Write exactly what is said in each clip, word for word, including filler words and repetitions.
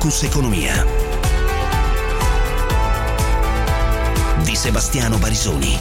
Focus Economia di Sebastiano Barisoni.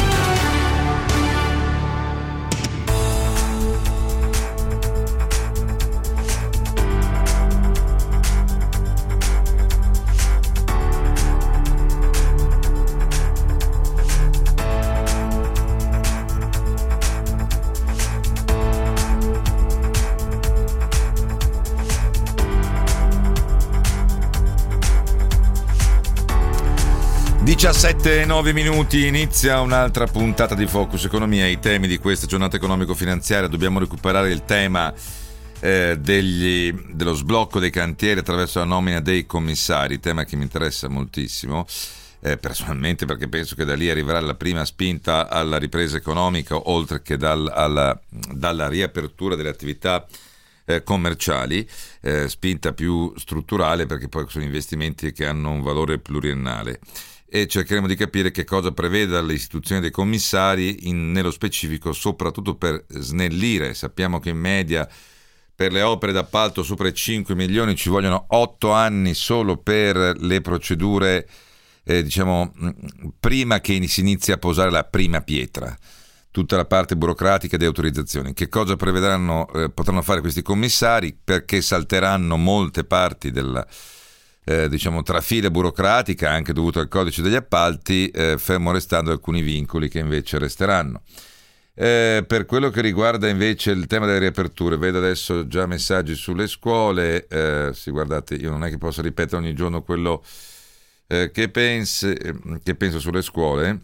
diciassette e nove minuti, inizia un'altra puntata di Focus Economia. I temi di questa giornata economico-finanziaria: dobbiamo recuperare il tema eh, degli, dello sblocco dei cantieri attraverso la nomina dei commissari, tema che mi interessa moltissimo eh, personalmente, perché penso che da lì arriverà la prima spinta alla ripresa economica, oltre che dal, alla, dalla riapertura delle attività eh, commerciali, eh, spinta più strutturale, perché poi sono investimenti che hanno un valore pluriennale. E cercheremo di capire che cosa prevede l'istituzione dei commissari, in, nello specifico, soprattutto per snellire. Sappiamo che in media per le opere d'appalto sopra i cinque milioni ci vogliono otto anni solo per le procedure, eh, diciamo, prima che si inizi a posare la prima pietra, tutta la parte burocratica di autorizzazioni. Che cosa prevedranno, eh, potranno fare questi commissari? Perché salteranno molte parti della Eh, diciamo trafila burocratica, anche dovuto al codice degli appalti, eh, fermo restando alcuni vincoli che invece resteranno. Eh, per quello che riguarda invece il tema delle riaperture, vedo adesso già messaggi sulle scuole. Eh, sì, guardate, io non è che posso ripetere ogni giorno quello eh, che, pensi, che penso sulle scuole.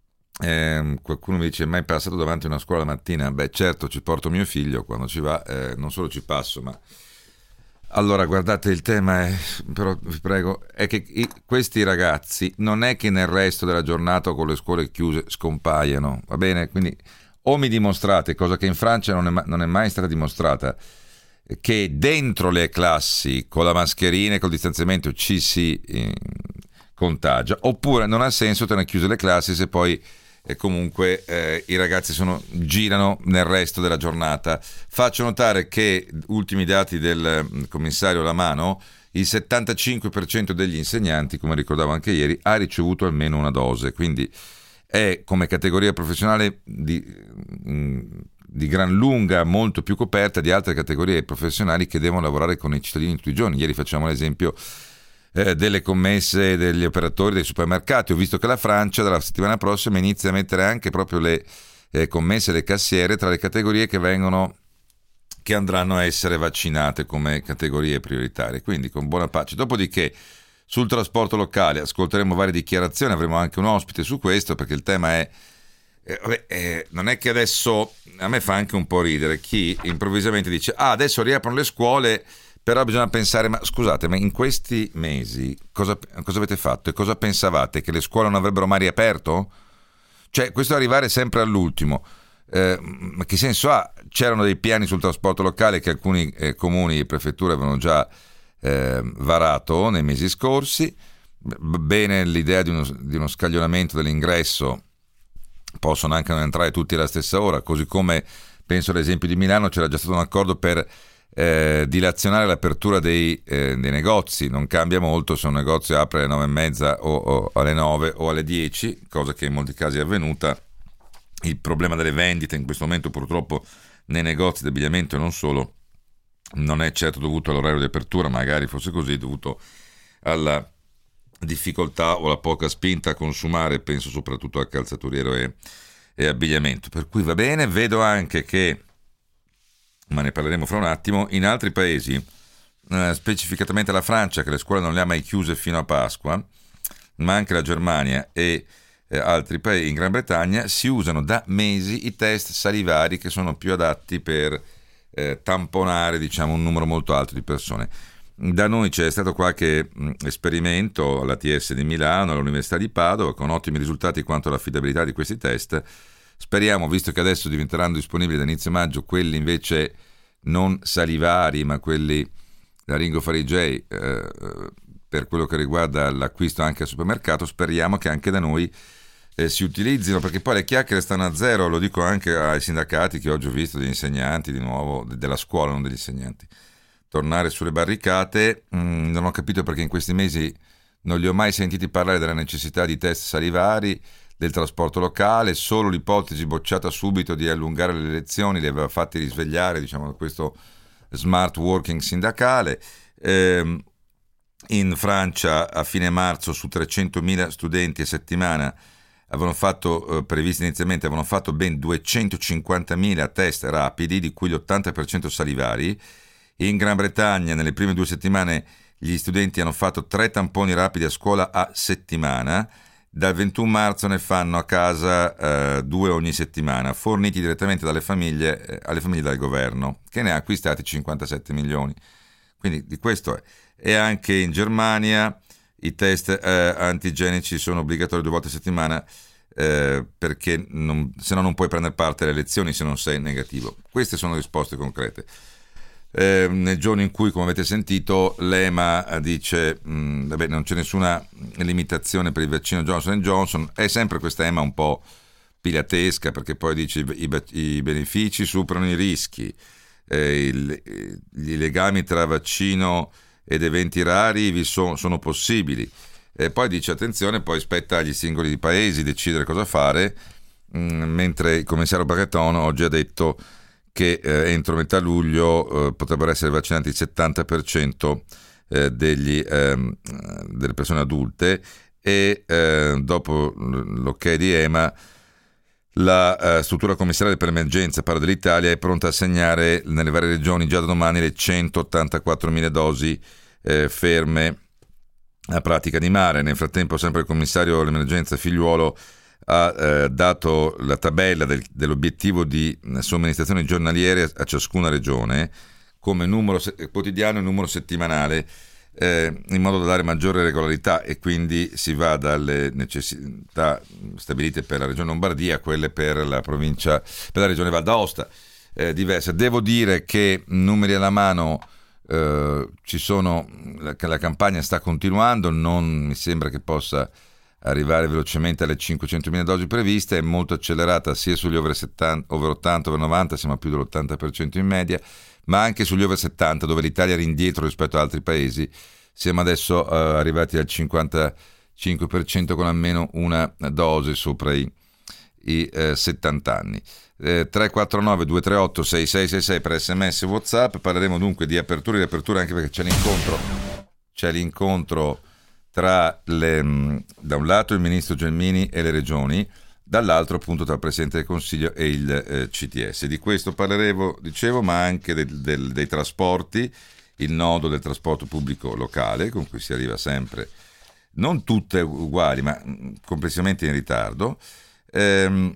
Eh, qualcuno mi dice: mai passato davanti a una scuola la mattina? Beh, certo, ci porto mio figlio quando ci va, eh, non solo ci passo, ma allora, guardate, il tema è, però vi prego, è che i, questi ragazzi non è che nel resto della giornata con le scuole chiuse scompaiano, va bene? Quindi o mi dimostrate, cosa che in Francia non è, ma, non è mai stata dimostrata, che dentro le classi con la mascherina e col distanziamento ci si eh, contagia, oppure non ha senso tenere chiuse le classi se poi e comunque eh, i ragazzi sono, girano nel resto della giornata. Faccio notare che, ultimi dati del commissario Lamano, il settantacinque per cento degli insegnanti, come ricordavo anche ieri, ha ricevuto almeno una dose, quindi è come categoria professionale di, di gran lunga molto più coperta di altre categorie professionali che devono lavorare con i cittadini tutti i giorni. Ieri facciamo l'esempio Eh, delle commesse degli operatori dei supermercati. Ho visto che la Francia dalla settimana prossima inizia a mettere anche proprio le eh, commesse, le cassiere tra le categorie che vengono che andranno a essere vaccinate come categorie prioritarie, quindi con buona pace. Dopodiché sul trasporto locale ascolteremo varie dichiarazioni, avremo anche un ospite su questo, perché il tema è eh, vabbè, eh, non è che adesso, a me fa anche un po' ridere chi improvvisamente dice: ah, adesso riaprono le scuole, però bisogna pensare, ma scusate, ma in questi mesi cosa, cosa avete fatto e cosa pensavate? Che le scuole non avrebbero mai riaperto? Cioè, questo arrivare sempre all'ultimo, eh, ma che senso ha? C'erano dei piani sul trasporto locale che alcuni eh, comuni e prefetture avevano già eh, varato nei mesi scorsi. Bene l'idea di uno, di uno scaglionamento dell'ingresso, possono anche non entrare tutti alla stessa ora, così come penso all'esempio di Milano, c'era già stato un accordo per Eh, dilazionare l'apertura dei, eh, dei negozi. Non cambia molto se un negozio apre alle nove e mezza o, o alle nove o alle dieci, cosa che in molti casi è avvenuta. Il problema delle vendite in questo momento, purtroppo, nei negozi di abbigliamento e non solo, non è certo dovuto all'orario di apertura, magari fosse così, dovuto alla difficoltà o alla poca spinta a consumare, penso soprattutto al calzaturiero e, e abbigliamento. Per cui va bene. Vedo anche che, ma ne parleremo fra un attimo, in altri paesi, eh, specificatamente la Francia, che le scuole non le ha mai chiuse fino a Pasqua, ma anche la Germania e eh, altri paesi, in Gran Bretagna, si usano da mesi i test salivari, che sono più adatti per eh, tamponare, diciamo, un numero molto alto di persone. Da noi c'è stato qualche mh, esperimento all'A T S di Milano, all'Università di Padova, con ottimi risultati quanto all'affidabilità di questi test. Speriamo, visto che adesso diventeranno disponibili da inizio maggio quelli invece non salivari, ma quelli laringofaringei, eh, per quello che riguarda l'acquisto anche al supermercato, speriamo che anche da noi eh, si utilizzino, perché poi le chiacchiere stanno a zero. Lo dico anche ai sindacati che oggi ho visto, degli insegnanti, di nuovo, della scuola, non degli insegnanti. tornare sulle barricate. Mm, non ho capito perché in questi mesi non li ho mai sentiti parlare della necessità di test salivari, del trasporto locale. Solo l'ipotesi bocciata subito di allungare le lezioni li aveva fatti risvegliare, diciamo, questo smart working sindacale. Eh, in Francia a fine marzo su trecentomila studenti a settimana avevano fatto, eh, previsti inizialmente, avevano fatto ben duecentocinquantamila test rapidi, di cui l'ottanta per cento salivari. In Gran Bretagna nelle prime due settimane gli studenti hanno fatto tre tamponi rapidi a scuola a settimana. Dal ventuno marzo ne fanno a casa eh, due ogni settimana, forniti direttamente dalle famiglie, eh, alle famiglie dal governo, che ne ha acquistati cinquantasette milioni. Quindi di questo è. E anche in Germania i test eh, antigenici sono obbligatori due volte a settimana, eh, perché non, se no non puoi prendere parte alle elezioni se non sei negativo. Queste sono risposte concrete. Eh, nel giorno in cui, come avete sentito, l'E M A dice mh, vabbè, non c'è nessuna limitazione per il vaccino Johnson and Johnson, è sempre questa E M A un po' pilatesca, perché poi dice i, i, i benefici superano i rischi, eh, il, i legami tra vaccino ed eventi rari vi so, sono possibili, e poi dice attenzione, poi spetta agli singoli paesi decidere cosa fare, mh, mentre il commissario Breton oggi ha detto che eh, entro metà luglio eh, potrebbero essere vaccinati il settanta per cento eh, degli, ehm, delle persone adulte, e eh, dopo l'ok di E M A la eh, struttura commissariale per l'emergenza Parla dell'Italia è pronta a assegnare nelle varie regioni già da domani le centottantaquattromila dosi eh, ferme a Pratica di Mare. Nel frattempo sempre il commissario all'emergenza Figliuolo ha eh, dato la tabella del, dell'obiettivo di somministrazione giornaliere a, a ciascuna regione, come numero se- quotidiano e numero settimanale, eh, in modo da dare maggiore regolarità, e quindi si va dalle necessità stabilite per la regione Lombardia a quelle per la provincia, per la regione Val d'Aosta, eh, diverse. Devo dire che, numeri alla mano, eh, ci sono, la, la campagna sta continuando, non mi sembra che possa arrivare velocemente alle cinquecentomila dosi previste, è molto accelerata sia sugli over settanta, over ottanta, over novanta, siamo a più dell'ottanta per cento in media, ma anche sugli over settanta, dove l'Italia era indietro rispetto ad altri paesi. Siamo adesso uh, arrivati al cinquantacinque per cento con almeno una dose sopra i, i eh, settanta anni. Eh, tre quattro nove due tre otto sei sei sei sei per sms e WhatsApp. Parleremo dunque di apertura e riapertura, anche perché c'è l'incontro c'è l'incontro tra le, da un lato il ministro Gelmini e le regioni, dall'altro appunto tra il Presidente del Consiglio e il eh, C T S. Di questo parleremo, dicevo, ma anche del, del, dei trasporti, il nodo del trasporto pubblico locale, con cui si arriva sempre, non tutte uguali, ma complessivamente in ritardo. Ehm,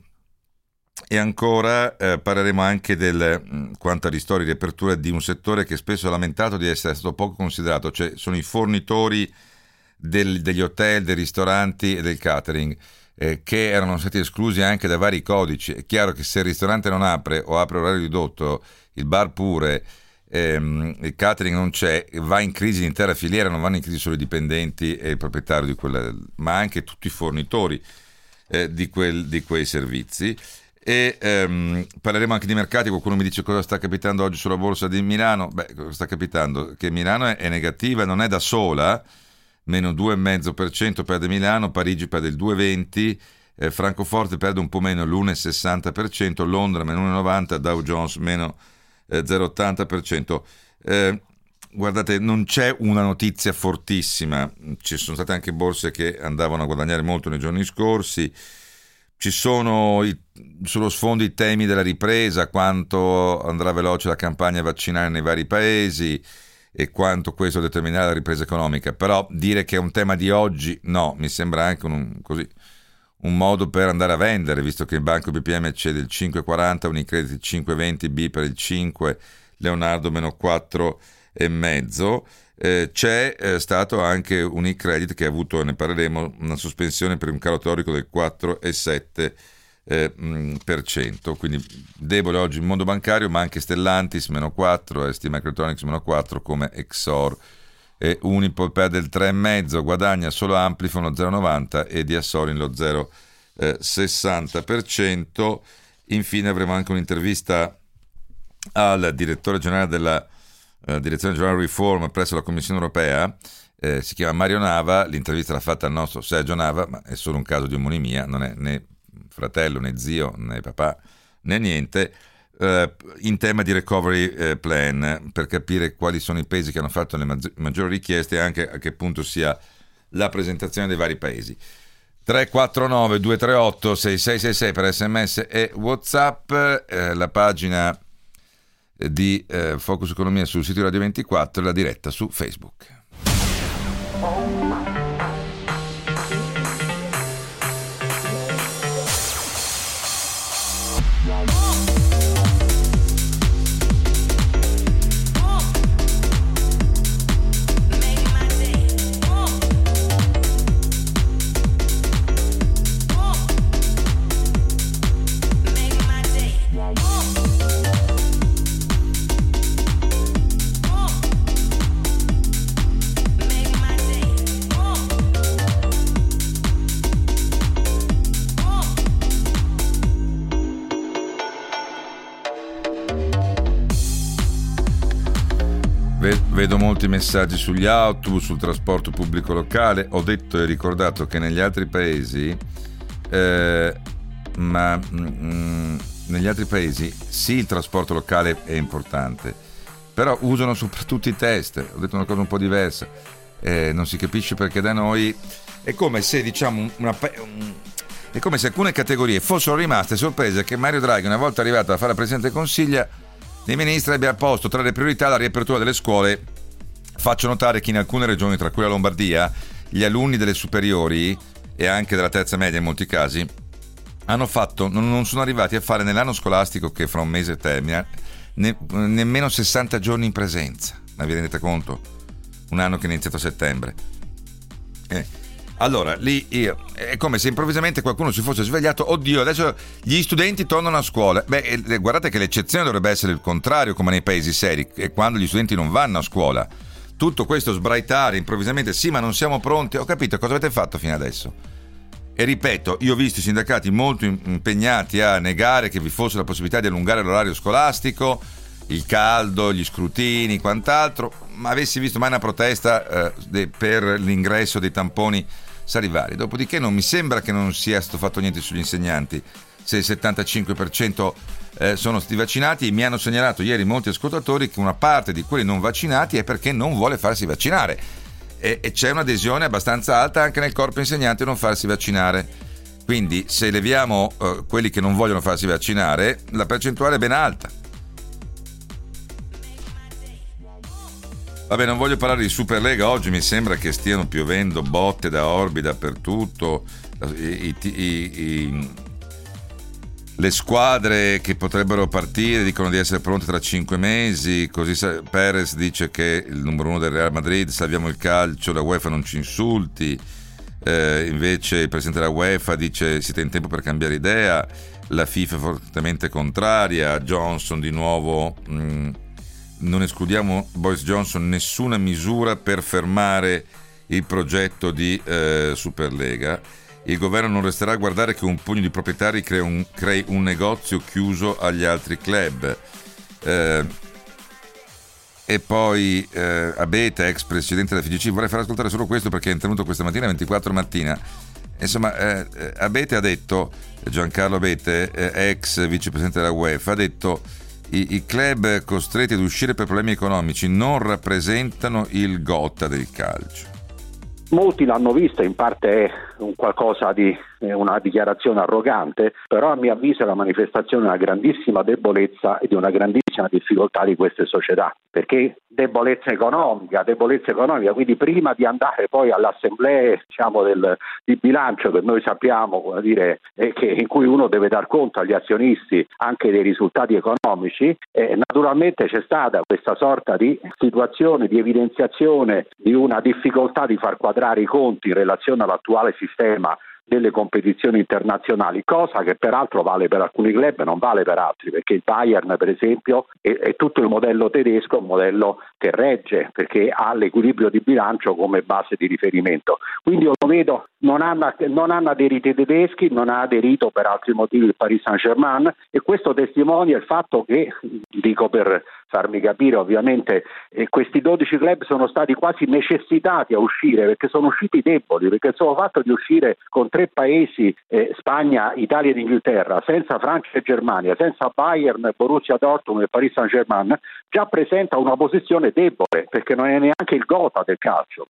e ancora eh, parleremo anche del, quanto a ristori di apertura, di un settore che spesso ha lamentato di essere stato poco considerato, cioè sono i fornitori del, degli hotel, dei ristoranti e del catering, eh, che erano stati esclusi anche da vari codici. È chiaro che se il ristorante non apre o apre orario ridotto, il bar pure, ehm, il catering non c'è, va in crisi l'intera filiera, non vanno in crisi solo i dipendenti e il proprietario di quella, ma anche tutti i fornitori eh, di, quel, di quei servizi. E ehm, parleremo anche di mercati. Qualcuno mi dice cosa sta capitando oggi sulla borsa di Milano. Beh, cosa sta capitando? Che Milano è, è negativa, non è da sola, meno due virgola cinque per cento perde Milano, Parigi perde il due virgola venti, eh, Francoforte perde un po' meno, l'uno virgola sessanta per cento, Londra meno uno virgola novanta, Dow Jones meno eh, zero virgola ottanta per cento. Eh, guardate, non c'è una notizia fortissima, ci sono state anche borse che andavano a guadagnare molto nei giorni scorsi. Ci sono i, sullo sfondo i temi della ripresa, quanto andrà veloce la campagna vaccinale nei vari paesi e quanto questo determinerà la ripresa economica. Però dire che è un tema di oggi, no, mi sembra anche un, così, un modo per andare a vendere, visto che il Banco B P M cede il cinque virgola quaranta, Unicredit cinque virgola venti, B per il cinque, Leonardo meno quattro virgola cinque. Eh, c'è eh, stato anche Unicredit che ha avuto, ne parleremo, una sospensione per un calo teorico del quattro virgola sette per cento, eh, quindi debole oggi il mondo bancario, ma anche Stellantis meno quattro, S T Microelectronics meno quattro, come Exor, e Unipol perde il tre virgola cinque, guadagna solo Amplifon lo zero virgola novanta e Diassorin lo zero virgola sessanta per cento. Infine avremo anche un'intervista al direttore generale della eh, direzione generale Reform presso la Commissione Europea, eh, si chiama Mario Nava. L'intervista l'ha fatta al nostro Sergio Nava, ma è solo un caso di omonimia, non è né fratello né zio né papà né niente, eh, in tema di recovery eh, plan, per capire quali sono i paesi che hanno fatto le maggi- maggiori richieste e anche a che punto sia la presentazione dei vari paesi. tre quattro nove due tre otto sei sei sei sei per sms e WhatsApp, eh, la pagina di eh, Focus Economia sul sito Radio ventiquattro e la diretta su Facebook. Vedo molti messaggi sugli autobus, sul trasporto pubblico locale. Ho detto e ricordato che negli altri paesi, eh, ma mm, negli altri paesi sì, il trasporto locale è importante, però usano soprattutto i test. Ho detto una cosa un po' diversa. Eh, non si capisce perché da noi è come se, diciamo, una, un, è come se alcune categorie fossero rimaste sorprese che Mario Draghi, una volta arrivato a fare la Presidente del Consiglio dei Ministri, abbia posto tra le priorità la riapertura delle scuole. Faccio notare che in alcune regioni, tra cui la Lombardia, gli alunni delle superiori e anche della terza media in molti casi hanno fatto, non, non sono arrivati a fare nell'anno scolastico, che fra un mese termina, ne, nemmeno sessanta giorni in presenza. Ma vi rendete conto? Un anno che è iniziato a settembre. Eh. Allora, lì io, è come se improvvisamente qualcuno si fosse svegliato, oddio, adesso gli studenti tornano a scuola. Beh, guardate che l'eccezione dovrebbe essere il contrario, come nei paesi seri, è quando gli studenti non vanno a scuola. Tutto questo sbraitare improvvisamente, sì, ma non siamo pronti. Ho capito, cosa avete fatto fino adesso? E ripeto, io ho visto i sindacati molto impegnati a negare che vi fosse la possibilità di allungare l'orario scolastico, il caldo, gli scrutini, quant'altro, ma avessi visto mai una protesta eh, de, per l'ingresso dei tamponi salivari. Dopodiché non mi sembra che non sia stato fatto niente sugli insegnanti, se il settantacinque per cento eh, sono stati vaccinati. Mi hanno segnalato ieri molti ascoltatori che una parte di quelli non vaccinati è perché non vuole farsi vaccinare, e, e c'è un'adesione abbastanza alta anche nel corpo insegnante a non farsi vaccinare. Quindi se leviamo eh, quelli che non vogliono farsi vaccinare, la percentuale è ben alta. Vabbè, non voglio parlare di Superlega, oggi mi sembra che stiano piovendo botte da orbi dappertutto, I, i, i, i, le squadre che potrebbero partire dicono di essere pronte tra cinque mesi, così Perez dice che il numero uno del Real Madrid, salviamo il calcio, la UEFA non ci insulti, eh, invece il presidente della UEFA dice siete in tempo per cambiare idea, la FIFA è fortemente contraria, Johnson di nuovo... Mh, non escludiamo Boris Johnson, nessuna misura per fermare il progetto di eh, Superlega. Il governo non resterà a guardare che un pugno di proprietari crei un, crei un negozio chiuso agli altri club. Eh, e poi eh, Abete, ex presidente della F I G C, vorrei far ascoltare solo questo perché è intervenuto questa mattina, ventiquattro mattina. Insomma, eh, Abete ha detto, Giancarlo Abete, eh, ex vicepresidente della UEFA, ha detto: I, i club costretti ad uscire per problemi economici non rappresentano il Gotha del calcio. Molti l'hanno vista, in parte è un qualcosa di una dichiarazione arrogante, però a mio avviso è la manifestazione di una grandissima debolezza e di una grandissima difficoltà di queste società, perché debolezza economica, debolezza economica, quindi prima di andare poi all'assemblea, diciamo, del, di bilancio, che noi sappiamo, come dire, eh, che, in cui uno deve dar conto agli azionisti anche dei risultati economici, eh, naturalmente c'è stata questa sorta di situazione di evidenziazione di una difficoltà di far quadrare i conti in relazione all'attuale sistema delle competizioni internazionali, cosa che peraltro vale per alcuni club e non vale per altri, perché il Bayern per esempio è, è tutto il modello tedesco, un modello che regge perché ha l'equilibrio di bilancio come base di riferimento. Quindi io lo vedo, non hanno, non hanno aderito i tedeschi, non ha aderito per altri motivi il Paris Saint-Germain, e questo testimonia il fatto che, dico per farmi capire, ovviamente eh, questi dodici club sono stati quasi necessitati a uscire, perché sono usciti deboli, perché il solo fatto di uscire con tre paesi, eh, Spagna, Italia ed Inghilterra, senza Francia e Germania, senza Bayern, Borussia Dortmund e Paris Saint-Germain, già presenta una posizione debole, perché non è neanche il gota del calcio.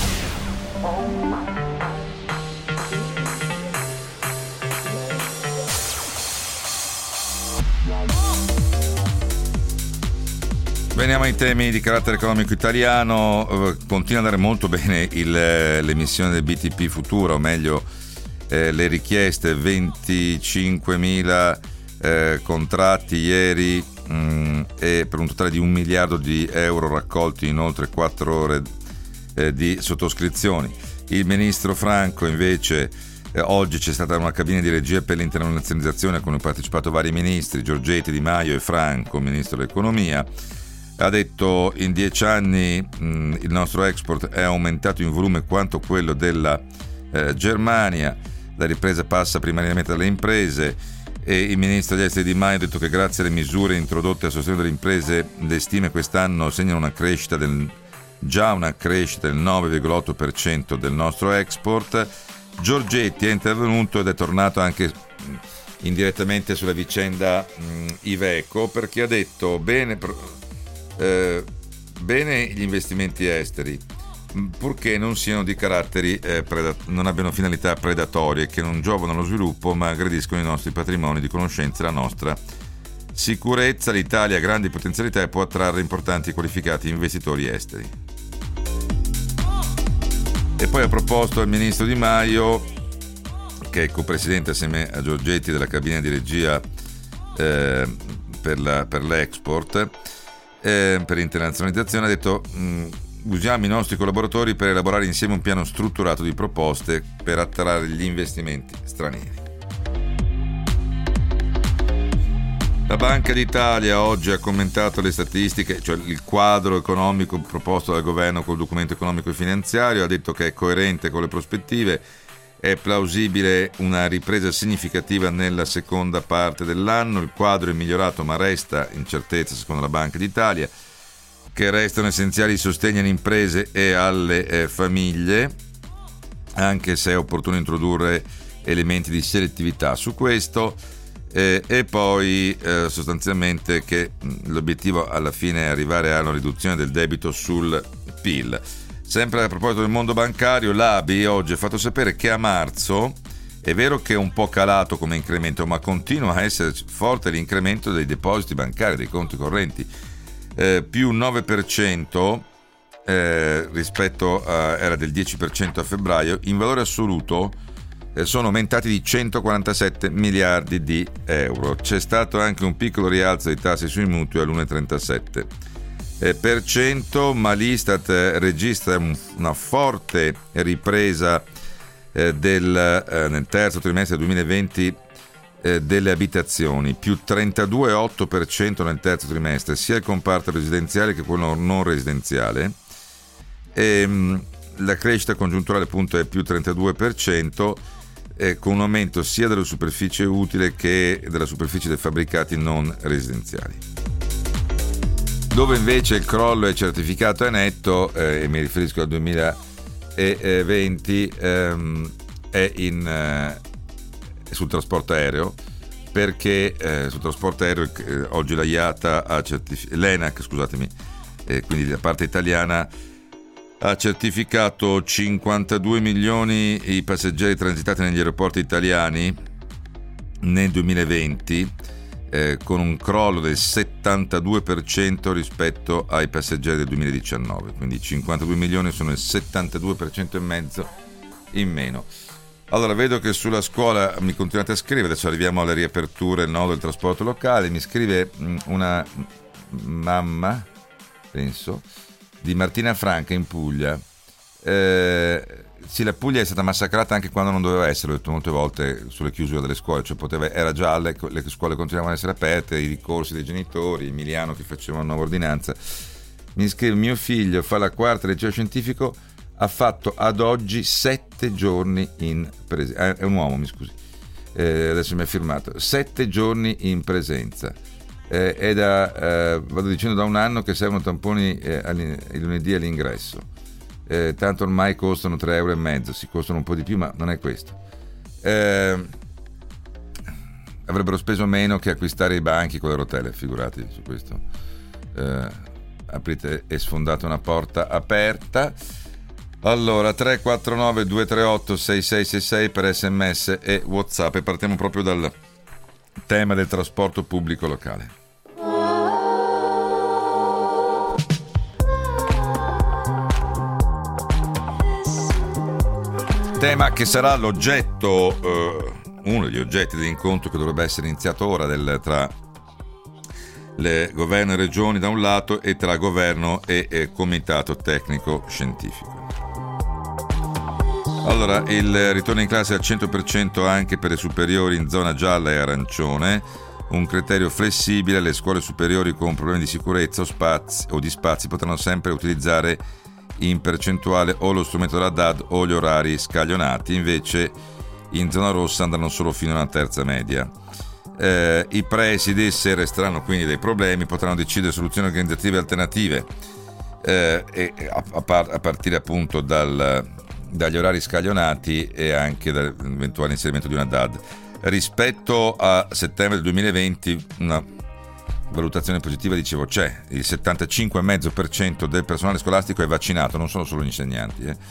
Veniamo ai temi di carattere economico italiano. Uh, continua ad andare molto bene il, l'emissione del B T P futuro, o meglio eh, le richieste, venticinquemila eh, contratti ieri mh, e per un totale di un miliardo di euro raccolti in oltre quattro ore eh, di sottoscrizioni. Il ministro Franco invece, eh, oggi c'è stata una cabina di regia per l'internazionalizzazione a cui hanno partecipato vari ministri, Giorgetti, Di Maio e Franco, ministro dell'economia. Ha detto: in dieci anni mh, il nostro export è aumentato in volume quanto quello della eh, Germania, la ripresa passa primariamente dalle imprese, e il ministro degli esteri Di Maio ha detto che grazie alle misure introdotte a sostegno delle imprese le stime quest'anno segnano una crescita del, già una crescita del nove virgola otto per cento del nostro export. Giorgetti è intervenuto ed è tornato anche mh, indirettamente sulla vicenda mh, Iveco, perché ha detto bene Eh, bene gli investimenti esteri, purché non siano di caratteri eh, predat- non abbiano finalità predatorie, che non giovano allo sviluppo ma aggrediscono i nostri patrimoni di conoscenze e la nostra sicurezza. L'Italia ha grandi potenzialità e può attrarre importanti e qualificati investitori esteri. E poi ha proposto al ministro Di Maio, che è co-presidente assieme a Giorgetti della cabina di regia eh, per, la, per l'export, Eh, per l'internazionalizzazione, ha detto mh, usiamo i nostri collaboratori per elaborare insieme un piano strutturato di proposte per attrarre gli investimenti stranieri. La Banca d'Italia oggi ha commentato le statistiche, cioè il quadro economico proposto dal governo col documento economico e finanziario, ha detto che è coerente con le prospettive, è plausibile una ripresa significativa nella seconda parte dell'anno. Il quadro è migliorato ma resta incertezza secondo la Banca d'Italia, che restano essenziali i sostegni alle imprese e alle eh, famiglie, anche se è opportuno introdurre elementi di selettività su questo, eh, e poi eh, sostanzialmente che mh, l'obiettivo alla fine è arrivare a una riduzione del debito sul P I L. Sempre a proposito del mondo bancario, l'A B I oggi ha fatto sapere che a marzo è vero che è un po' calato come incremento, ma continua a essere forte l'incremento dei depositi bancari, dei conti correnti, eh, più nove per cento eh, rispetto a, era del dieci per cento a febbraio. In valore assoluto eh, sono aumentati di centoquarantasette miliardi di euro. C'è stato anche un piccolo rialzo dei tassi sui mutui all'uno virgola trentasette per cento, ma l'Istat registra un, una forte ripresa eh, del, eh, nel terzo trimestre del duemilaventi eh, delle abitazioni, più trentadue virgola otto per cento nel terzo trimestre, sia il comparto residenziale che quello non residenziale. E, mh, la crescita congiunturale appunto è più trentadue per cento, eh, con un aumento sia della superficie utile che della superficie dei fabbricati non residenziali. Dove invece il crollo è certificato e netto, eh, e mi riferisco al duemilaventi, ehm, è in, eh, sul trasporto aereo, perché eh, sul trasporto aereo eh, oggi la I A T A ha certificato, l'ENAC scusatemi, eh, quindi la parte italiana ha certificato cinquantadue milioni i passeggeri transitati negli aeroporti italiani nel duemilaventi, Eh, con un crollo del settantadue per cento rispetto ai passeggeri del duemiladiciannove, quindi cinquantadue milioni sono il settantadue per cento e mezzo in meno. Allora, vedo che sulla scuola mi continuate a scrivere, adesso arriviamo alle riaperture, il nodo del trasporto locale. Mi scrive una mamma, penso, di Martina Franca in Puglia. Eh, sì, la Puglia è stata massacrata anche quando non doveva essere, l'ho detto molte volte, sulle chiusure delle scuole, cioè poteva, era già, le, le scuole continuavano ad essere aperte, i ricorsi dei genitori, Emiliano che faceva una nuova ordinanza. Mi scrive: mio figlio fa la quarta liceo scientifico, ha fatto ad oggi sette giorni in presenza, è un uomo, mi scusi, eh, adesso mi ha firmato, sette giorni in presenza. eh, è da, eh, vado dicendo da un anno che servono tamponi eh, il lunedì all'ingresso, eh, tanto ormai costano tre euro e mezzo, si costano un po' di più, ma non è questo. Eh, avrebbero speso meno che acquistare i banchi con le rotelle, figurati su questo. Eh, aprite e sfondate una porta aperta. Allora, tre quattro nove due tre otto sei sei sei sei per sms e WhatsApp, e partiamo proprio dal tema del trasporto pubblico locale. Tema che sarà l'oggetto, eh, uno degli oggetti dell'incontro che dovrebbe essere iniziato ora del, tra le governo e regioni da un lato e tra governo e, e comitato tecnico scientifico. Allora, il ritorno in classe al cento per cento anche per le superiori in zona gialla e arancione, un criterio flessibile. Le scuole superiori con problemi di sicurezza o, spazi, o di spazi potranno sempre utilizzare in percentuale o lo strumento della D A D o gli orari scaglionati, invece in zona rossa andranno solo fino alla terza media. Eh, I presidi, se resteranno quindi dei problemi, potranno decidere soluzioni organizzative alternative eh, e a, a, par- a partire appunto dal, dagli orari scaglionati e anche dall'eventuale inserimento di una D A D. Rispetto a settembre del duemilaventi una valutazione positiva, dicevo, c'è. Il settantacinque virgola cinque per cento del personale scolastico è vaccinato, non sono solo gli insegnanti. Eh.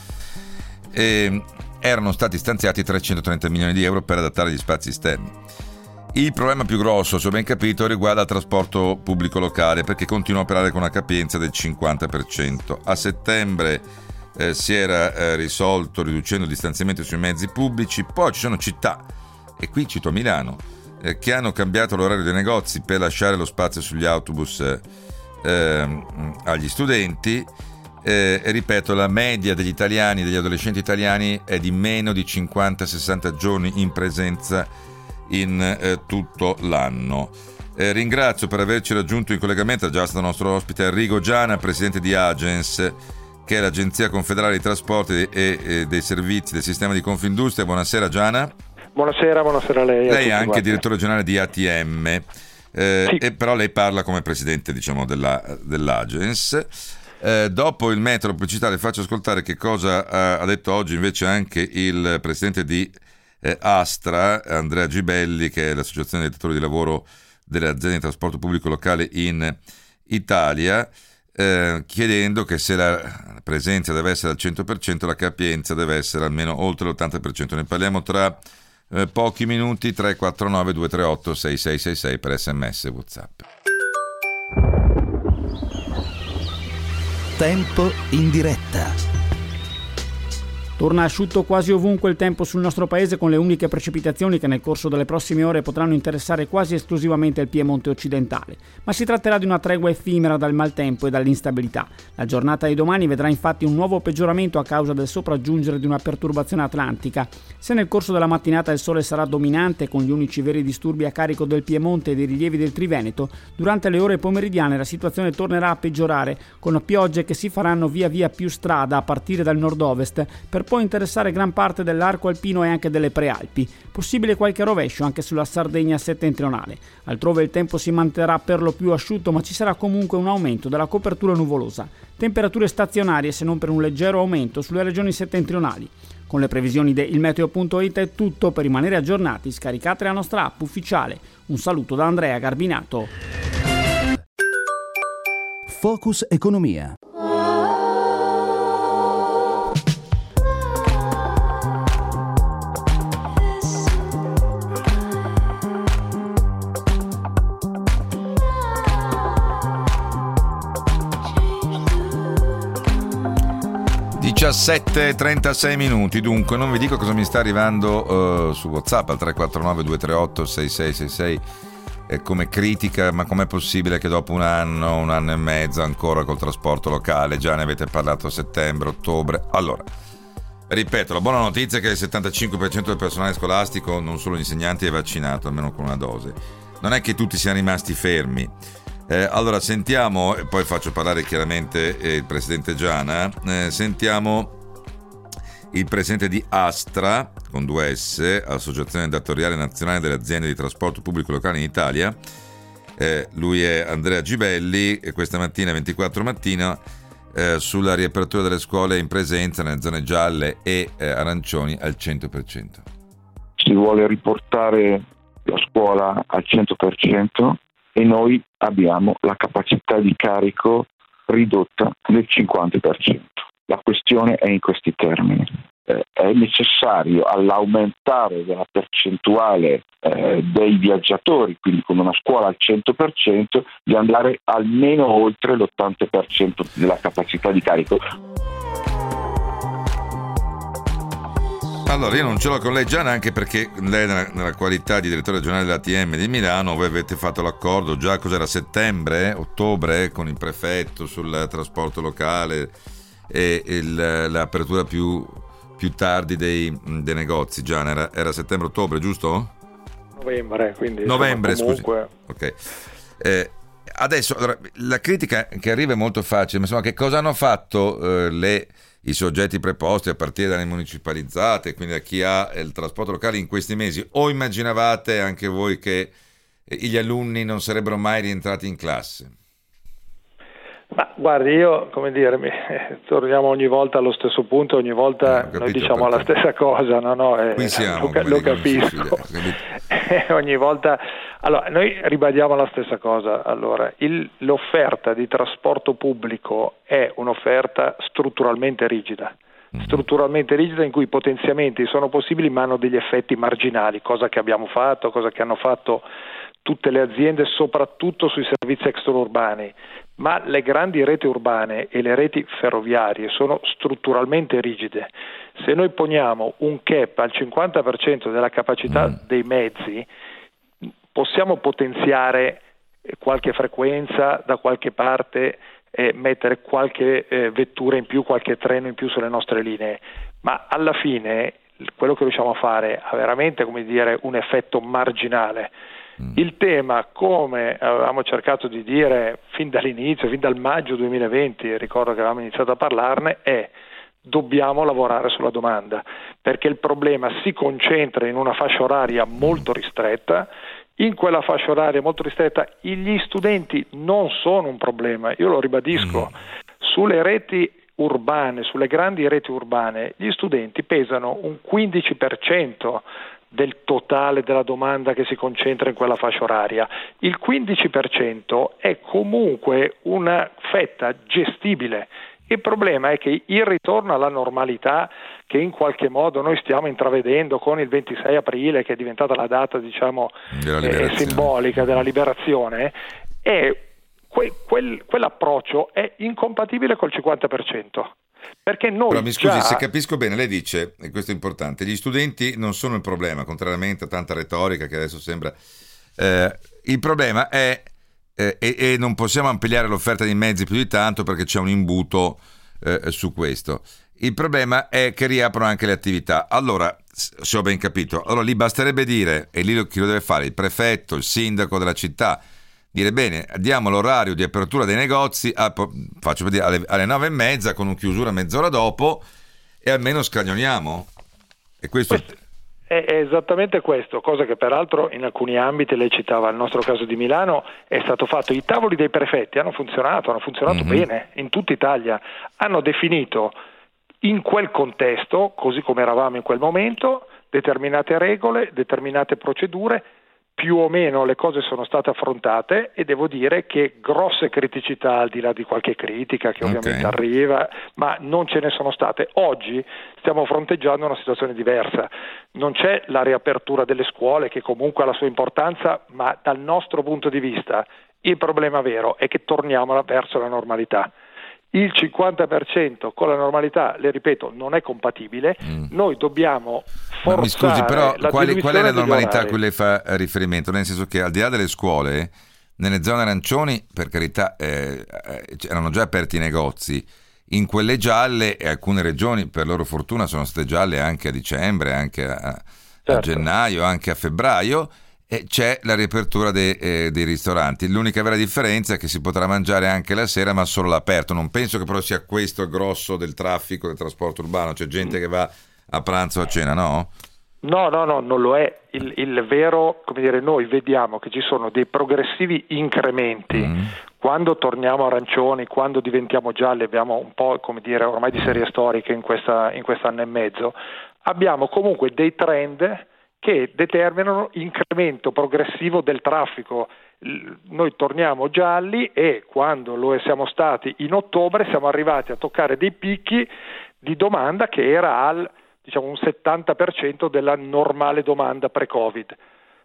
E erano stati stanziati trecentotrenta milioni di euro per adattare gli spazi esterni. Il problema più grosso, se ho ben capito, riguarda il trasporto pubblico locale, perché continua a operare con una capienza del cinquanta per cento. A settembre eh, si era eh, risolto riducendo il distanziamento sui mezzi pubblici, poi ci sono città, e qui cito Milano, eh, che hanno cambiato l'orario dei negozi per lasciare lo spazio sugli autobus eh, eh, agli studenti. Eh, e ripeto, la media degli italiani, degli adolescenti italiani, è di meno di cinquanta sessanta giorni in presenza in eh, tutto l'anno. Eh, ringrazio per averci raggiunto in collegamento, è già stato nostro ospite, Arrigo Giana, presidente di Agens, che è l'Agenzia Confederale dei Trasporti e, e dei Servizi del Sistema di Confindustria. Buonasera Giana. Buonasera, buonasera a lei. Lei è anche guardi. direttore generale di A T M, eh, sì. e però lei parla come presidente, diciamo, della, dell'Agens. Eh, dopo il metro pubblicità le faccio ascoltare che cosa ha, ha detto oggi invece anche il presidente di eh, Astra, Andrea Gibelli, che è l'associazione dei datori di lavoro delle aziende di trasporto pubblico locale in Italia, eh, chiedendo che se la presenza deve essere al cento per cento, la capienza deve essere almeno oltre l'ottanta per cento. Ne parliamo tra eh, pochi minuti. Tre quattro nove due tre otto sei sei sei sei per sms e WhatsApp. Tempo in diretta. Torna asciutto quasi ovunque il tempo sul nostro paese, con le uniche precipitazioni che nel corso delle prossime ore potranno interessare quasi esclusivamente il Piemonte occidentale. Ma si tratterà di una tregua effimera dal maltempo e dall'instabilità. La giornata di domani vedrà infatti un nuovo peggioramento a causa del sopraggiungere di una perturbazione atlantica. Se nel corso della mattinata il sole sarà dominante, con gli unici veri disturbi a carico del Piemonte e dei rilievi del Triveneto, durante le ore pomeridiane la situazione tornerà a peggiorare, con piogge che si faranno via via più strada a partire dal nord-ovest, per poi interessare gran parte dell'arco alpino e anche delle prealpi. Possibile qualche rovescio anche sulla Sardegna settentrionale. Altrove il tempo si manterrà per lo più asciutto, ma ci sarà comunque un aumento della copertura nuvolosa. Temperature stazionarie, se non per un leggero aumento sulle regioni settentrionali. Con le previsioni di ilmeteo punto it è tutto. Per rimanere aggiornati scaricate la nostra app ufficiale. Un saluto da Andrea Garbinato. Focus Economia. diciassette e trentasei minuti, dunque non vi dico cosa mi sta arrivando uh, su WhatsApp al tre quattro nove due tre otto sei sei sei sei eh, come critica, ma com'è possibile che dopo un anno, un anno e mezzo ancora col trasporto locale, già ne avete parlato a settembre, ottobre. Allora, ripeto, la buona notizia è che il settantacinque per cento del personale scolastico, non solo gli insegnanti, è vaccinato, almeno con una dose. Non è che tutti siano rimasti fermi. Eh, allora sentiamo, e poi faccio parlare chiaramente eh, il presidente Giana, eh, sentiamo il presidente di Astra, con due S, Associazione Datoriale Nazionale delle Aziende di Trasporto Pubblico Locale in Italia, Eh, lui è Andrea Gibelli e questa mattina, ventiquattro mattina, eh, sulla riapertura delle scuole in presenza nelle zone gialle e eh, arancioni al cento per cento. Si vuole riportare la scuola al cento per cento e noi abbiamo la capacità di carico ridotta del cinquanta per cento. La questione è in questi termini. Eh, è necessario, all'aumentare della percentuale eh, dei viaggiatori, quindi con una scuola al cento per cento, di andare almeno oltre l'ottanta per cento della capacità di carico. Allora, io non ce l'ho con lei Gianna, anche perché lei nella, nella qualità di direttore regionale dell'A T M di Milano, voi avete fatto l'accordo già, cos'era, settembre, ottobre, con il prefetto sul trasporto locale e il, l'apertura più, più tardi dei, dei negozi. Gianna, era, era settembre-ottobre, giusto? Novembre, quindi novembre, comunque... scusi. Ok. Eh, adesso, allora, la critica che arriva è molto facile, ma insomma, che cosa hanno fatto eh, le... i soggetti preposti a partire dalle municipalizzate, quindi da chi ha il trasporto locale in questi mesi? O immaginavate anche voi che gli alunni non sarebbero mai rientrati in classe? Ma guardi, io, come dire, mi, eh, torniamo ogni volta allo stesso punto, ogni volta eh, noi diciamo la stessa cosa, no, no, eh, qui siamo, lo, lo capisco. Eh, ogni volta, allora, noi ribadiamo la stessa cosa. Allora, il, l'offerta di trasporto pubblico è un'offerta strutturalmente rigida. strutturalmente rigida in cui i potenziamenti sono possibili ma hanno degli effetti marginali, cosa che abbiamo fatto, cosa che hanno fatto tutte le aziende, soprattutto sui servizi extraurbani. Ma le grandi reti urbane e le reti ferroviarie sono strutturalmente rigide. Se noi poniamo un cap al cinquanta per cento della capacità mm. dei mezzi, possiamo potenziare qualche frequenza da qualche parte, eh, mettere qualche eh, vettura in più, qualche treno in più sulle nostre linee, ma alla fine quello che riusciamo a fare ha veramente, come dire, un effetto marginale. Il tema, come avevamo cercato di dire fin dall'inizio, fin dal maggio duemilaventi, ricordo che avevamo iniziato a parlarne, è: dobbiamo lavorare sulla domanda, perché il problema si concentra in una fascia oraria molto ristretta. In quella fascia oraria molto ristretta gli studenti non sono un problema, io lo ribadisco, sulle reti urbane, sulle grandi reti urbane, gli studenti pesano un quindici per cento del totale della domanda che si concentra in quella fascia oraria. Il quindici per cento è comunque una fetta gestibile. Il problema è che il ritorno alla normalità, che in qualche modo noi stiamo intravedendo con il ventisei aprile, che è diventata la data, diciamo, eh, simbolica della liberazione, è que- quel, quell'approccio è incompatibile col cinquanta per cento. Perché noi Però mi scusi, già... se capisco bene, lei dice, e questo è importante, gli studenti non sono il problema, contrariamente a tanta retorica che adesso sembra. Eh, il problema è, eh, e, e non possiamo ampliare l'offerta di mezzi più di tanto perché c'è un imbuto eh, su questo. Il problema è che riaprono anche le attività. Allora, se ho ben capito, allora lì basterebbe dire, e lì chi lo deve fare? Il prefetto, il sindaco della città. Dire: bene, diamo l'orario di apertura dei negozi a, faccio vedere, alle, alle nove e mezza, con un chiusura mezz'ora dopo, e almeno scaglioniamo. E questo, questo è, è esattamente questo, cosa che peraltro in alcuni ambiti, lei citava il nostro caso di Milano, è stato fatto. I tavoli dei prefetti hanno funzionato, hanno funzionato mm-hmm. bene in tutta Italia, hanno definito in quel contesto, così come eravamo in quel momento, determinate regole, determinate procedure. Più o meno le cose sono state affrontate e devo dire che grosse criticità, al di là di qualche critica che ovviamente okay. arriva, ma non ce ne sono state. Oggi stiamo fronteggiando una situazione diversa, non c'è la riapertura delle scuole, che comunque ha la sua importanza, ma dal nostro punto di vista il problema vero è che torniamo verso la normalità. Il cinquanta per cento con la normalità, le ripeto, non è compatibile. Mm. Noi dobbiamo forzare. Ma mi scusi, però la quali, qual è la normalità a cui lei fa riferimento? Nel senso che, al di là delle scuole, nelle zone arancioni, per carità, eh, erano già aperti i negozi. In quelle gialle, e alcune regioni, per loro fortuna, sono state gialle anche a dicembre, anche a, certo. a gennaio, anche a febbraio. E c'è la riapertura dei, eh, dei ristoranti. L'unica vera differenza è che si potrà mangiare anche la sera, ma solo all'aperto. Non penso che però sia questo il grosso del traffico del trasporto urbano. C'è gente che va a pranzo o a cena, no? No, no, no, non lo è. Il, il vero, come dire, noi vediamo che ci sono dei progressivi incrementi. Mm. Quando torniamo arancioni, quando diventiamo gialli, abbiamo un po', come dire, ormai di serie storiche in questa in quest'anno e mezzo, abbiamo comunque dei trend che determinano incremento progressivo del traffico. Noi torniamo gialli e quando lo siamo stati in ottobre siamo arrivati a toccare dei picchi di domanda che era al diciamo un settanta per cento della normale domanda pre-Covid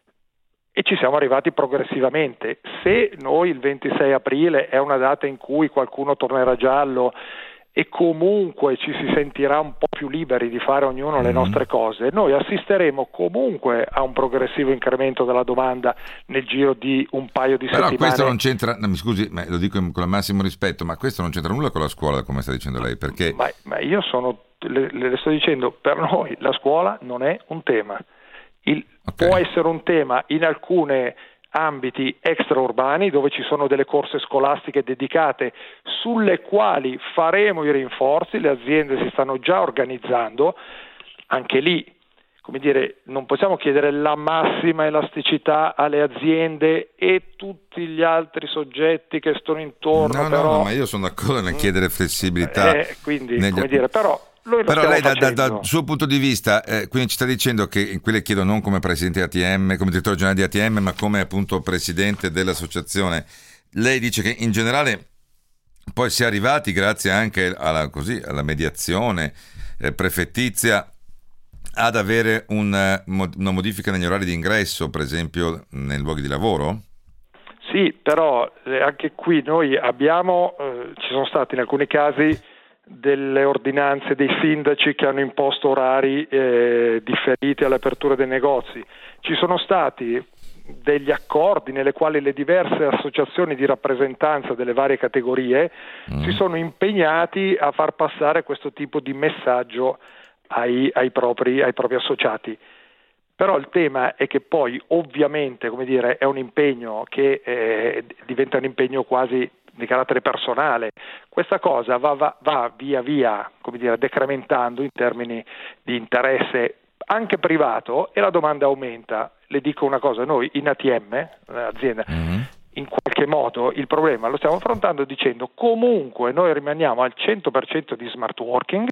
e ci siamo arrivati progressivamente. Se noi il ventisei aprile è una data in cui qualcuno tornerà giallo e comunque ci si sentirà un po' più liberi di fare ognuno le nostre cose, noi assisteremo comunque a un progressivo incremento della domanda nel giro di un paio di Però settimane. Però questo non c'entra, no, mi scusi, ma lo dico con il massimo rispetto, ma questo non c'entra nulla con la scuola, come sta dicendo lei, perché... Ma, ma io sono, le, le sto dicendo, per noi la scuola non è un tema. Il, okay. Può essere un tema in alcune ambiti extraurbani dove ci sono delle corse scolastiche dedicate sulle quali faremo i rinforzi, le aziende si stanno già organizzando, anche lì, come dire, non possiamo chiedere la massima elasticità alle aziende e tutti gli altri soggetti che stanno intorno. No, però, no, no, ma io sono d'accordo nel chiedere flessibilità. Eh, quindi, negli... come dire, però Però lei da, da, dal suo punto di vista eh, quindi ci sta dicendo che, qui le chiedo non come presidente di A T M, come direttore generale di A T M, ma come appunto presidente dell'associazione, lei dice che in generale poi si è arrivati grazie anche alla, così, alla mediazione eh, prefettizia ad avere un, una modifica negli orari di ingresso, per esempio nei luoghi di lavoro? Sì, però eh, anche qui noi abbiamo, eh, ci sono stati in alcuni casi delle ordinanze dei sindaci che hanno imposto orari eh, differiti all'apertura dei negozi. Ci sono stati degli accordi nelle quali le diverse associazioni di rappresentanza delle varie categorie mm. si sono impegnati a far passare questo tipo di messaggio ai, ai, propri, ai propri associati. Però il tema è che poi ovviamente, come dire, è un impegno che eh, diventa un impegno quasi di carattere personale. Questa cosa va, va, va via via, come dire, decrementando in termini di interesse anche privato e la domanda aumenta. Le dico una cosa, noi in A T M, azienda, mm-hmm. in qualche modo il problema lo stiamo affrontando dicendo comunque noi rimaniamo al cento per cento di smart working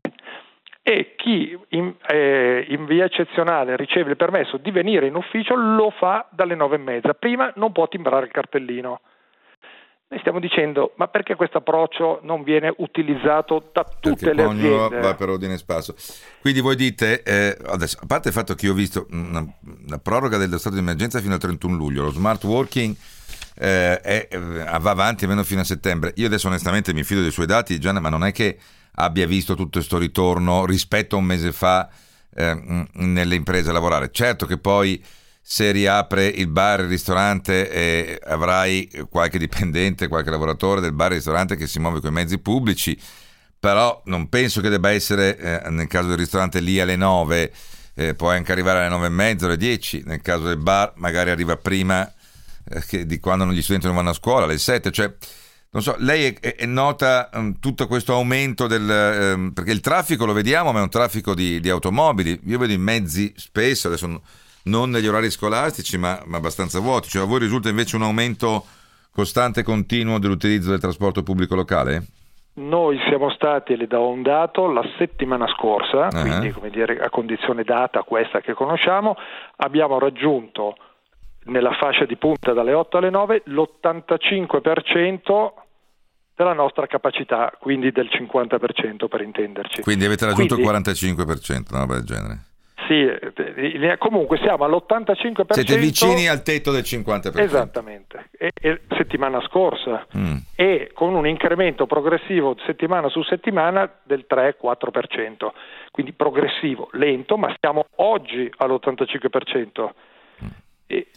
e chi in, eh, in via eccezionale riceve il permesso di venire in ufficio lo fa dalle nove e mezza, prima non può timbrare il cartellino. Noi stiamo dicendo, ma perché questo approccio non viene utilizzato da tutte perché le aziende? Va per ordine e spasso. Quindi voi dite, eh, adesso, a parte il fatto che io ho visto una, una proroga dello stato di emergenza fino al trentuno luglio, lo smart working eh, è, va avanti almeno fino a settembre. Io adesso onestamente mi fido dei suoi dati, Gianna, ma non è che abbia visto tutto questo ritorno rispetto a un mese fa eh, nelle imprese a lavorare. Certo che poi se riapre il bar, il ristorante, eh, avrai qualche dipendente, qualche lavoratore del bar e ristorante che si muove con i mezzi pubblici, però non penso che debba essere, eh, nel caso del ristorante lì alle nove, eh, puoi anche arrivare alle nove e mezza, alle dieci, nel caso del bar magari arriva prima eh, che di quando gli studenti non vanno a scuola, alle sette, cioè non so, lei è, è nota um, tutto questo aumento del um, perché il traffico lo vediamo, ma è un traffico di, di automobili, io vedo i mezzi spesso, adesso non, non negli orari scolastici ma, ma abbastanza vuoti, cioè a voi risulta invece un aumento costante e continuo dell'utilizzo del trasporto pubblico locale? Noi siamo stati, le do un dato, la settimana scorsa, uh-huh. quindi come dire a condizione data questa che conosciamo, abbiamo raggiunto nella fascia di punta dalle otto alle nove l'ottantacinque per cento della nostra capacità, quindi del cinquanta per cento per intenderci. Quindi avete raggiunto quindi, il quarantacinque per cento, una roba del genere? Sì, comunque siamo all'ottantacinque per cento. Siete vicini al tetto del cinquanta per cento. Esattamente, e, e settimana scorsa, mm. e con un incremento progressivo settimana su settimana del tre quattro per cento, quindi progressivo, lento, ma siamo oggi all'ottantacinque per cento. Mm. E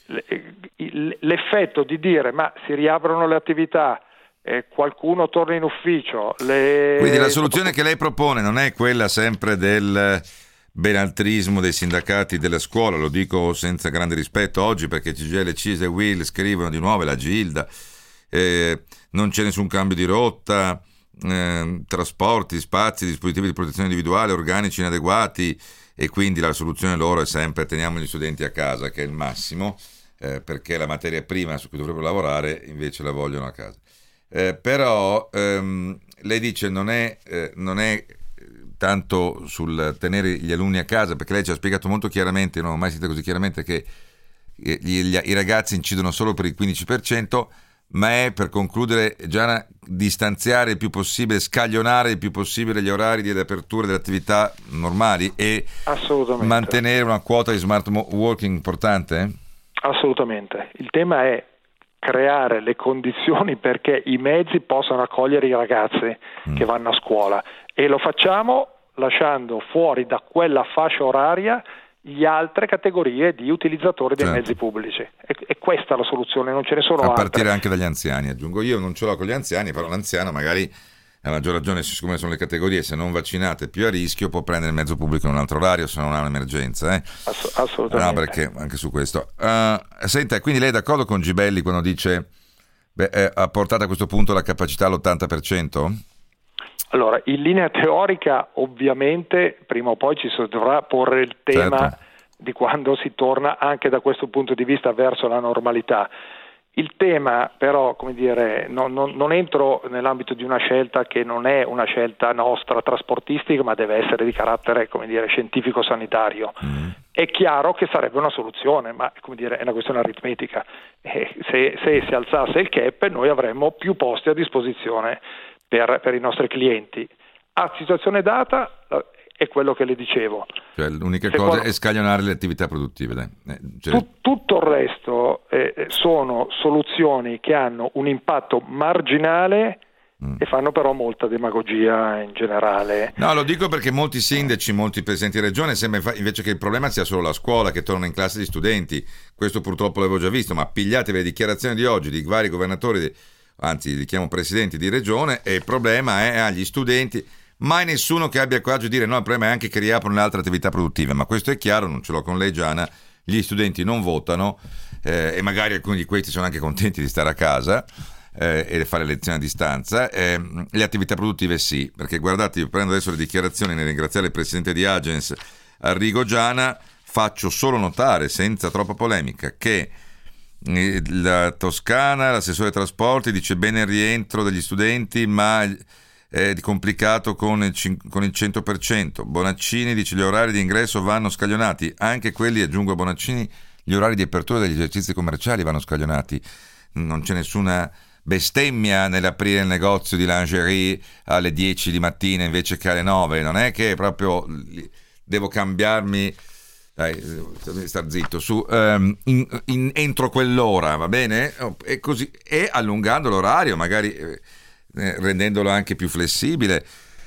l'effetto di dire ma si riaprono le attività, eh, qualcuno torna in ufficio, le... quindi la soluzione che lei propone non è quella sempre del benaltrismo dei sindacati della scuola, lo dico senza grande rispetto oggi perché C G I L, C I S e U I L scrivono di nuovo, la Gilda, eh, non c'è nessun cambio di rotta, eh, trasporti, spazi, dispositivi di protezione individuale, organici inadeguati, e quindi la soluzione loro è sempre teniamo gli studenti a casa, che è il massimo, eh, perché la materia prima su cui dovrebbero lavorare invece la vogliono a casa. Eh, però ehm, lei dice non è, eh, non è tanto sul tenere gli alunni a casa, perché lei ci ha spiegato molto chiaramente, non ho mai sentito così chiaramente, che gli, gli, i ragazzi incidono solo per il quindici per cento, ma è, per concludere, Gianna, distanziare il più possibile, scaglionare il più possibile gli orari di apertura delle attività normali e mantenere una quota di smart working importante? Assolutamente. Il tema è creare le condizioni perché i mezzi possano accogliere i ragazzi mm. che vanno a scuola, e lo facciamo lasciando fuori da quella fascia oraria gli altre categorie di utilizzatori dei certo. mezzi pubblici, e, e questa è la soluzione, non ce ne sono a altre. Partire anche dagli anziani, aggiungo io, non ce l'ho con gli anziani, però l'anziano magari a maggior ragione, siccome sono le categorie se non vaccinate più a rischio, può prendere il mezzo pubblico in un altro orario se non ha un'emergenza, eh? Ass- assolutamente. No, perché anche su questo uh, senta, quindi lei è d'accordo con Gibelli quando dice beh, eh, ha portato a questo punto la capacità all'ottanta per cento? Allora, in linea teorica ovviamente prima o poi ci si dovrà porre il tema certo. di quando si torna anche da questo punto di vista verso la normalità. Il tema però, come dire, non, non, non entro nell'ambito di una scelta che non è una scelta nostra trasportistica, ma deve essere di carattere, come dire, scientifico-sanitario. Mm. È chiaro che sarebbe una soluzione, ma come dire, è una questione aritmetica. Eh, se, se si alzasse il cap, noi avremmo più posti a disposizione per, per i nostri clienti. A situazione data è quello che le dicevo. Cioè, l'unica Se cosa quando... è scaglionare le attività produttive. Dai. Eh, cioè... Tut, tutto il resto eh, sono soluzioni che hanno un impatto marginale mm. e fanno però molta demagogia in generale. No, lo dico perché molti sindaci, molti presidenti di regione sembra invece che il problema sia solo la scuola, che torna in classe gli studenti. Questo purtroppo l'avevo già visto, ma pigliatevi le dichiarazioni di oggi di vari governatori, di, anzi li chiamo presidenti di regione, e il problema è agli studenti. Mai nessuno che abbia coraggio di dire no, il problema è anche che riaprono le altre attività produttive, ma questo è chiaro, non ce l'ho con lei Gianna, gli studenti non votano eh, e magari alcuni di questi sono anche contenti di stare a casa eh, e fare lezioni a distanza, eh, le attività produttive sì, perché guardate, io prendo adesso le dichiarazioni nel ringraziare il presidente di Agens Arrigo Giana, faccio solo notare senza troppa polemica che la Toscana, l'assessore ai trasporti dice bene il rientro degli studenti, ma è complicato con il, con il cento per cento. Bonaccini dice gli orari di ingresso vanno scaglionati, anche quelli, aggiungo a Bonaccini, gli orari di apertura degli esercizi commerciali vanno scaglionati, non c'è nessuna bestemmia nell'aprire il negozio di lingerie alle dieci di mattina invece che alle nove, non è che proprio devo cambiarmi, dai, star zitto su um, in, in, entro quell'ora, va bene? E così, e allungando l'orario magari eh, rendendolo anche più flessibile.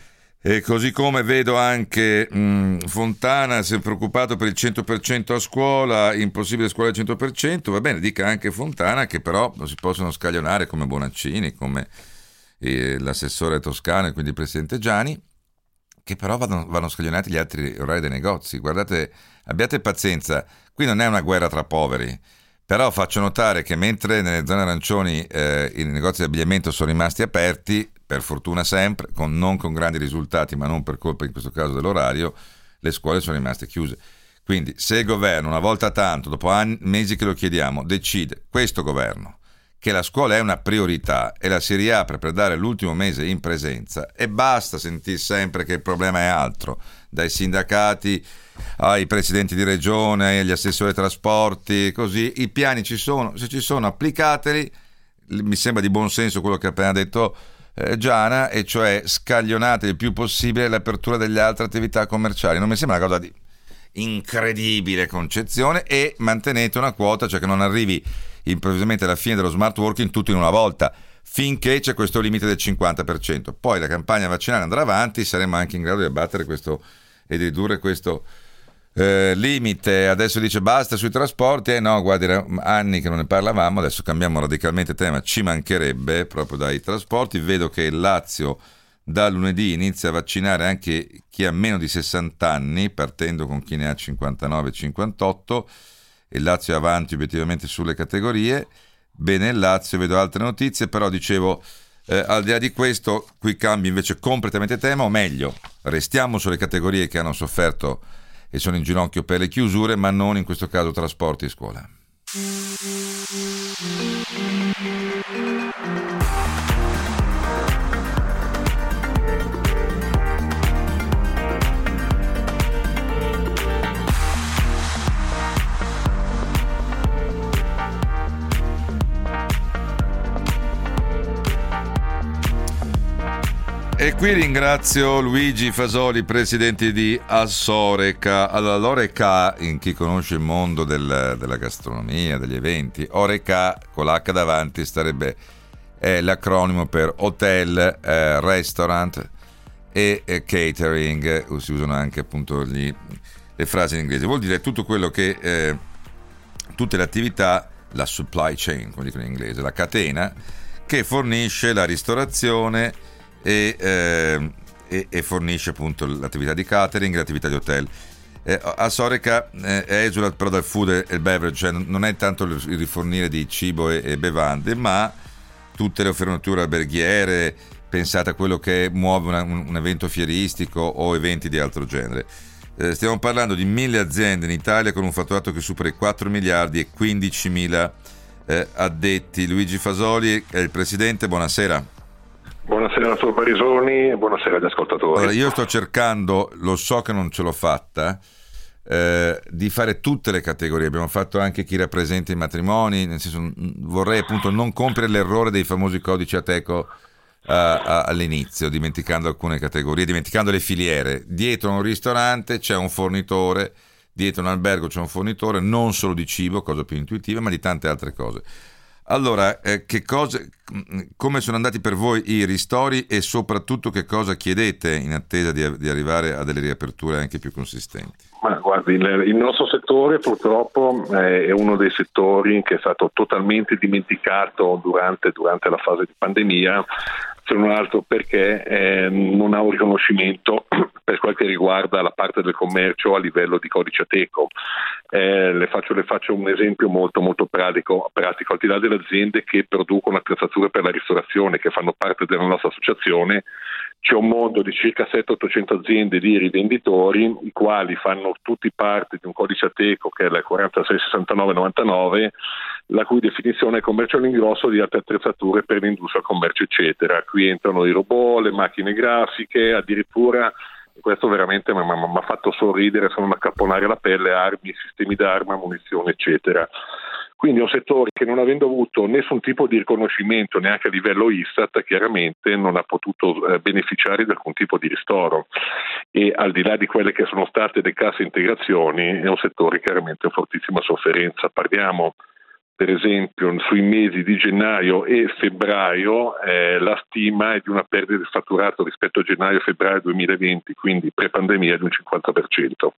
E così come vedo anche mh, Fontana si è preoccupato per il cento per cento a scuola, impossibile scuola al cento per cento, va bene, dica anche Fontana che però si possono scaglionare come Bonaccini, come eh, l'assessore toscano e quindi il presidente Giani, che però vanno, vanno scaglionati gli altri orari dei negozi. Guardate, abbiate pazienza, qui non è una guerra tra poveri. Però faccio notare che mentre nelle zone arancioni eh, i negozi di abbigliamento sono rimasti aperti, per fortuna sempre, con, non con grandi risultati, ma non per colpa in questo caso dell'orario, le scuole sono rimaste chiuse. Quindi se il governo, una volta tanto, dopo anni, mesi che lo chiediamo, decide, questo governo, che la scuola è una priorità e la si riapre per dare l'ultimo mese in presenza, e basta sentire sempre che il problema è altro, dai sindacati ai presidenti di regione, agli assessori ai trasporti, così i piani ci sono, se ci sono applicateli. Mi sembra di buon senso quello che ha appena detto eh, Giana, e cioè scaglionate il più possibile l'apertura delle altre attività commerciali. Non mi sembra una cosa di incredibile concezione, e mantenete una quota, cioè che non arrivi improvvisamente alla fine dello smart working tutto in una volta, finché c'è questo limite del cinquanta per cento. Poi la campagna vaccinale andrà avanti, saremo anche in grado di abbattere questo e di ridurre questo eh, limite. Adesso dice basta sui trasporti, eh no, guardi, anni che non ne parlavamo, adesso cambiamo radicalmente tema, ci mancherebbe proprio dai trasporti. Vedo che il Lazio da lunedì inizia a vaccinare anche chi ha meno di sessanta anni, partendo con chi ne ha cinquantanove cinquantotto. Il Lazio è avanti obiettivamente sulle categorie. Bene il Lazio, vedo altre notizie, però dicevo Eh, al di là di questo, qui cambia invece completamente tema, o meglio, restiamo sulle categorie che hanno sofferto e sono in ginocchio per le chiusure, ma non in questo caso trasporti e scuola. E qui ringrazio Luigi Fasoli, presidente di Asoreca. Allora, l'Oreca, in chi conosce il mondo del, della gastronomia, degli eventi, Oreca con l'H davanti sarebbe è l'acronimo per hotel, eh, restaurant e eh, catering, eh, si usano anche appunto gli, le frasi in inglese. Vuol dire tutto quello che, eh, tutte le attività, la supply chain, come dicono in inglese, la catena che fornisce la ristorazione E, eh, e, e fornisce appunto l'attività di catering e l'attività di hotel. Eh, Asoreca eh, esula però dal food e il beverage, cioè non è tanto il rifornire di cibo e, e bevande, ma tutte le forniture alberghiere, pensate a quello che muove una, un, un evento fieristico o eventi di altro genere. Eh, stiamo parlando di mille aziende in Italia con un fatturato che supera i quattro miliardi e quindicimila eh, addetti. Luigi Fasoli è il presidente, buonasera. Buonasera dottor Barisoni e buonasera agli ascoltatori. Allora, io sto cercando, lo so che non ce l'ho fatta, eh, di fare tutte le categorie. Abbiamo fatto anche chi rappresenta i matrimoni, nel senso vorrei appunto non compiere l'errore dei famosi codici Ateco uh, uh, all'inizio, dimenticando alcune categorie, dimenticando le filiere. Dietro un ristorante c'è un fornitore, dietro un albergo c'è un fornitore, non solo di cibo, cosa più intuitiva, ma di tante altre cose. Allora, eh, che cosa, come sono andati per voi i ristori e soprattutto che cosa chiedete in attesa di, di arrivare a delle riaperture anche più consistenti? Ma guardi, il, il nostro settore purtroppo eh, è uno dei settori che è stato totalmente dimenticato durante, durante la fase di pandemia, se non altro perché eh, non ha un riconoscimento per quel che riguarda la parte del commercio a livello di codice Ateco. Eh, le, faccio, le faccio un esempio molto molto pratico, pratico. Al di là delle aziende che producono attrezzature per la ristorazione, che fanno parte della nostra associazione, c'è un mondo di circa settecento ottocento aziende di rivenditori, i quali fanno tutti parte di un codice Ateco che è la quarantasei sessantanove novantanove, la cui definizione è commercio all'ingrosso di altre attrezzature per l'industria, commercio eccetera. Qui entrano i robot, le macchine grafiche, addirittura, questo veramente mi ha fatto sorridere, sono da accapponare la pelle, armi, sistemi d'arma, munizioni eccetera. Quindi è un settore che, non avendo avuto nessun tipo di riconoscimento neanche a livello Istat, chiaramente non ha potuto eh, beneficiare di alcun tipo di ristoro, e al di là di quelle che sono state le casse integrazioni è un settore chiaramente in fortissima sofferenza. Parliamo per esempio sui mesi di gennaio e febbraio, eh, la stima è di una perdita di fatturato rispetto a gennaio e febbraio duemilaventi, quindi pre-pandemia, di un cinquanta per cento.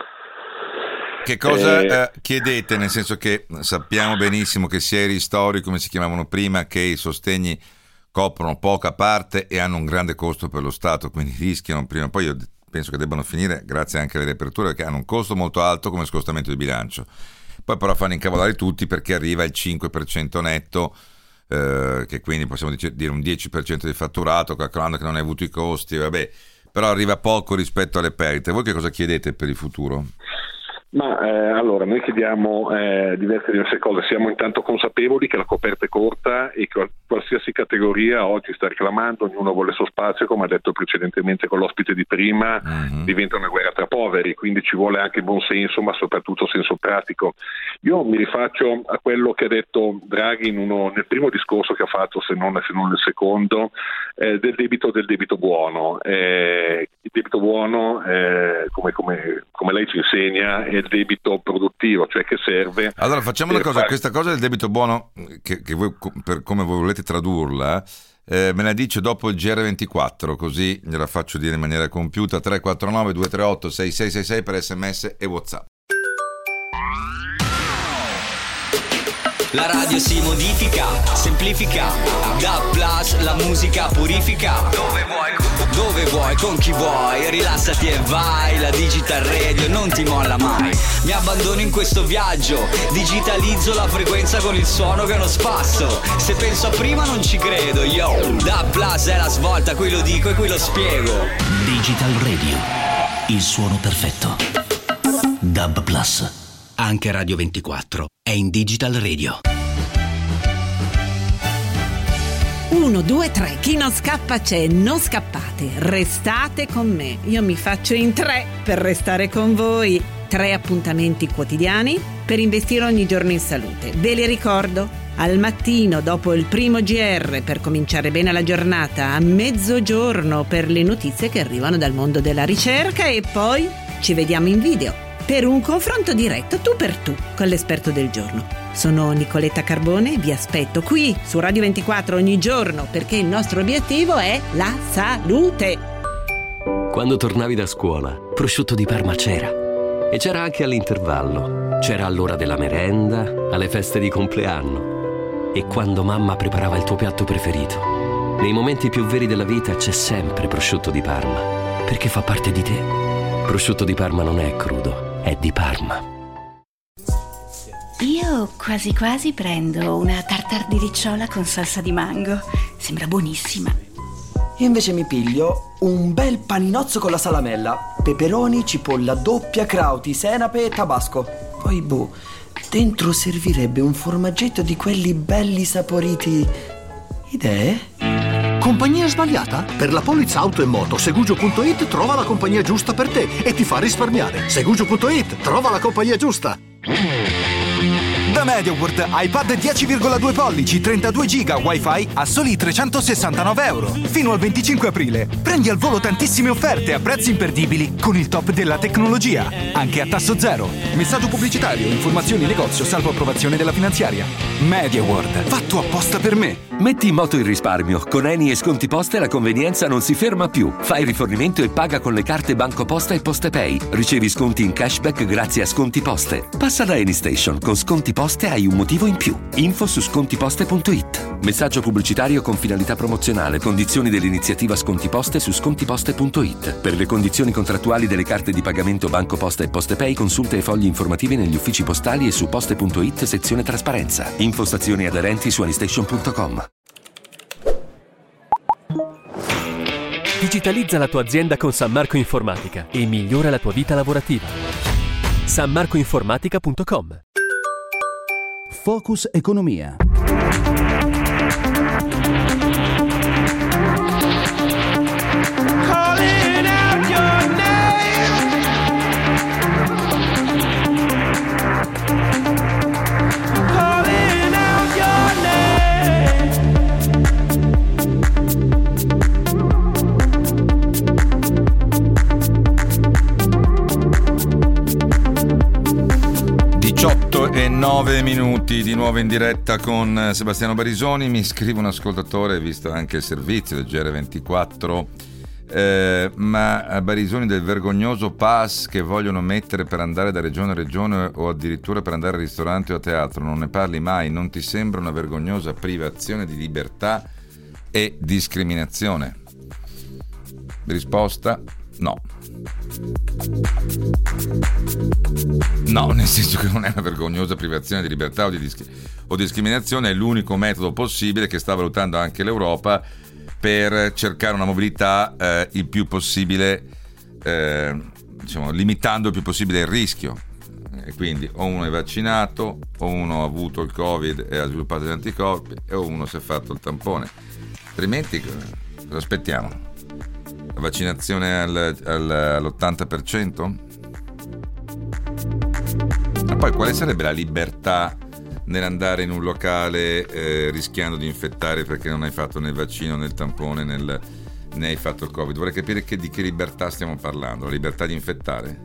Che cosa eh, eh, chiedete? Nel senso che sappiamo benissimo che sia i ristori, come si chiamavano prima, che i sostegni coprono poca parte e hanno un grande costo per lo Stato, quindi rischiano prima o poi, io penso che debbano finire grazie anche alle riaperture, perché hanno un costo molto alto come scostamento di bilancio. Poi però fanno incavolare tutti perché arriva il cinque per cento netto, eh, che quindi possiamo dire un dieci per cento di fatturato, calcolando che non hai avuto i costi, vabbè, però arriva poco rispetto alle perdite. Voi che cosa chiedete per il futuro? Ma eh, allora noi chiediamo eh, diverse, diverse cose. Siamo intanto consapevoli che la coperta è corta e che qualsiasi categoria oggi sta reclamando, ognuno vuole il suo spazio, come ha detto precedentemente con l'ospite di prima, uh-huh. diventa una guerra tra poveri, quindi ci vuole anche buon senso, ma soprattutto senso pratico. Io mi rifaccio a quello che ha detto Draghi in uno, nel primo discorso che ha fatto, se non, se non nel secondo, eh, del debito del debito buono. Eh, il debito buono, eh, come, come, come lei ci insegna, è il debito produttivo, cioè che serve. Allora facciamo una cosa, fare... questa cosa del debito buono, che, che voi, per come voi volete tradurla, eh, me la dice dopo il G R ventiquattro, così gliela faccio dire in maniera compiuta. Tre quattro nove due tre otto sei sei sei sei per sms e WhatsApp. La radio si modifica, semplifica, da plus la musica purifica. Dove vuoi, dove vuoi, con chi vuoi, rilassati e vai. La Digital Radio non ti molla mai. Mi abbandono in questo viaggio, digitalizzo la frequenza con il suono che è uno spasso. Se penso a prima non ci credo, yo. Da plus è la svolta, qui lo dico e qui lo spiego. Digital Radio, il suono perfetto. Dub Plus. Anche Radio ventiquattro è in Digital Radio. Uno, due, tre, chi non scappa c'è, non scappate, restate con me. Io mi faccio in tre per restare con voi. Tre appuntamenti quotidiani per investire ogni giorno in salute. Ve li ricordo: al mattino dopo il primo G R per cominciare bene la giornata, a mezzogiorno per le notizie che arrivano dal mondo della ricerca e poi ci vediamo in video per un confronto diretto tu per tu con l'esperto del giorno. Sono Nicoletta Carbone, vi aspetto qui su Radio ventiquattro ogni giorno perché il nostro obiettivo è la salute. Quando tornavi da scuola, prosciutto di Parma c'era. E c'era anche all'intervallo. C'era all'ora della merenda, alle feste di compleanno. E quando mamma preparava il tuo piatto preferito. Nei momenti più veri della vita c'è sempre prosciutto di Parma, perché fa parte di te. Prosciutto di Parma non è crudo, è di Parma. Io quasi quasi prendo una tartare di ricciola con salsa di mango. Sembra buonissima. Io invece mi piglio un bel paninozzo con la salamella, peperoni, cipolla doppia, crauti, senape e tabasco. Poi boh, dentro servirebbe un formaggetto di quelli belli saporiti. Idee? Compagnia sbagliata? Per la polizza auto e moto Segugio punto it trova la compagnia giusta per te e ti fa risparmiare. Segugio punto it trova la compagnia giusta. Da MediaWorld, iPad dieci virgola due pollici, trentadue giga Wi-Fi a soli trecentosessantanove euro. Fino al venticinque aprile. Prendi al volo tantissime offerte a prezzi imperdibili con il top della tecnologia, anche a tasso zero. Messaggio pubblicitario, informazioni negozio, salvo approvazione della finanziaria. MediaWorld, fatto apposta per me. Metti in moto il risparmio. Con Eni e Sconti Poste la convenienza non si ferma più. Fai rifornimento e paga con le carte Banco Posta e PostePay. Ricevi sconti in cashback grazie a Sconti Poste. Passa da Eni Station. Con Sconti Poste hai un motivo in più. Info su scontiposte punto it. Messaggio pubblicitario con finalità promozionale. Condizioni dell'iniziativa Sconti Poste su scontiposte punto it. Per le condizioni contrattuali delle carte di pagamento Banco Posta e PostePay consulta i fogli informativi negli uffici postali e su poste punto it sezione trasparenza. Info stazioni aderenti su anistation punto com. Digitalizza la tua azienda con San Marco Informatica e migliora la tua vita lavorativa. san marco informatica punto com. Focus Economia. diciotto e nove minuti di nuovo in diretta con Sebastiano Barisoni. Mi scrive un ascoltatore, visto anche il servizio del G R ventiquattro, eh, ma a Barisoni del vergognoso pass che vogliono mettere per andare da regione a regione o addirittura per andare al ristorante o a teatro, non ne parli mai? Non ti sembra una vergognosa privazione di libertà e discriminazione? Risposta: no. No, nel senso che non è una vergognosa privazione di libertà o di disc- o discriminazione, è l'unico metodo possibile che sta valutando anche l'Europa per cercare una mobilità eh, il più possibile, eh, diciamo, limitando il più possibile il rischio. E quindi o uno è vaccinato, o uno ha avuto il Covid e ha sviluppato gli anticorpi, o uno si è fatto il tampone. Altrimenti cosa aspettiamo? La vaccinazione al, al, all'ottanta per cento? Ma poi quale sarebbe la libertà nell'andare in un locale eh, rischiando di infettare perché non hai fatto né il vaccino né il tampone né, né hai fatto il Covid? Vorrei capire che, di che libertà stiamo parlando. La libertà di infettare?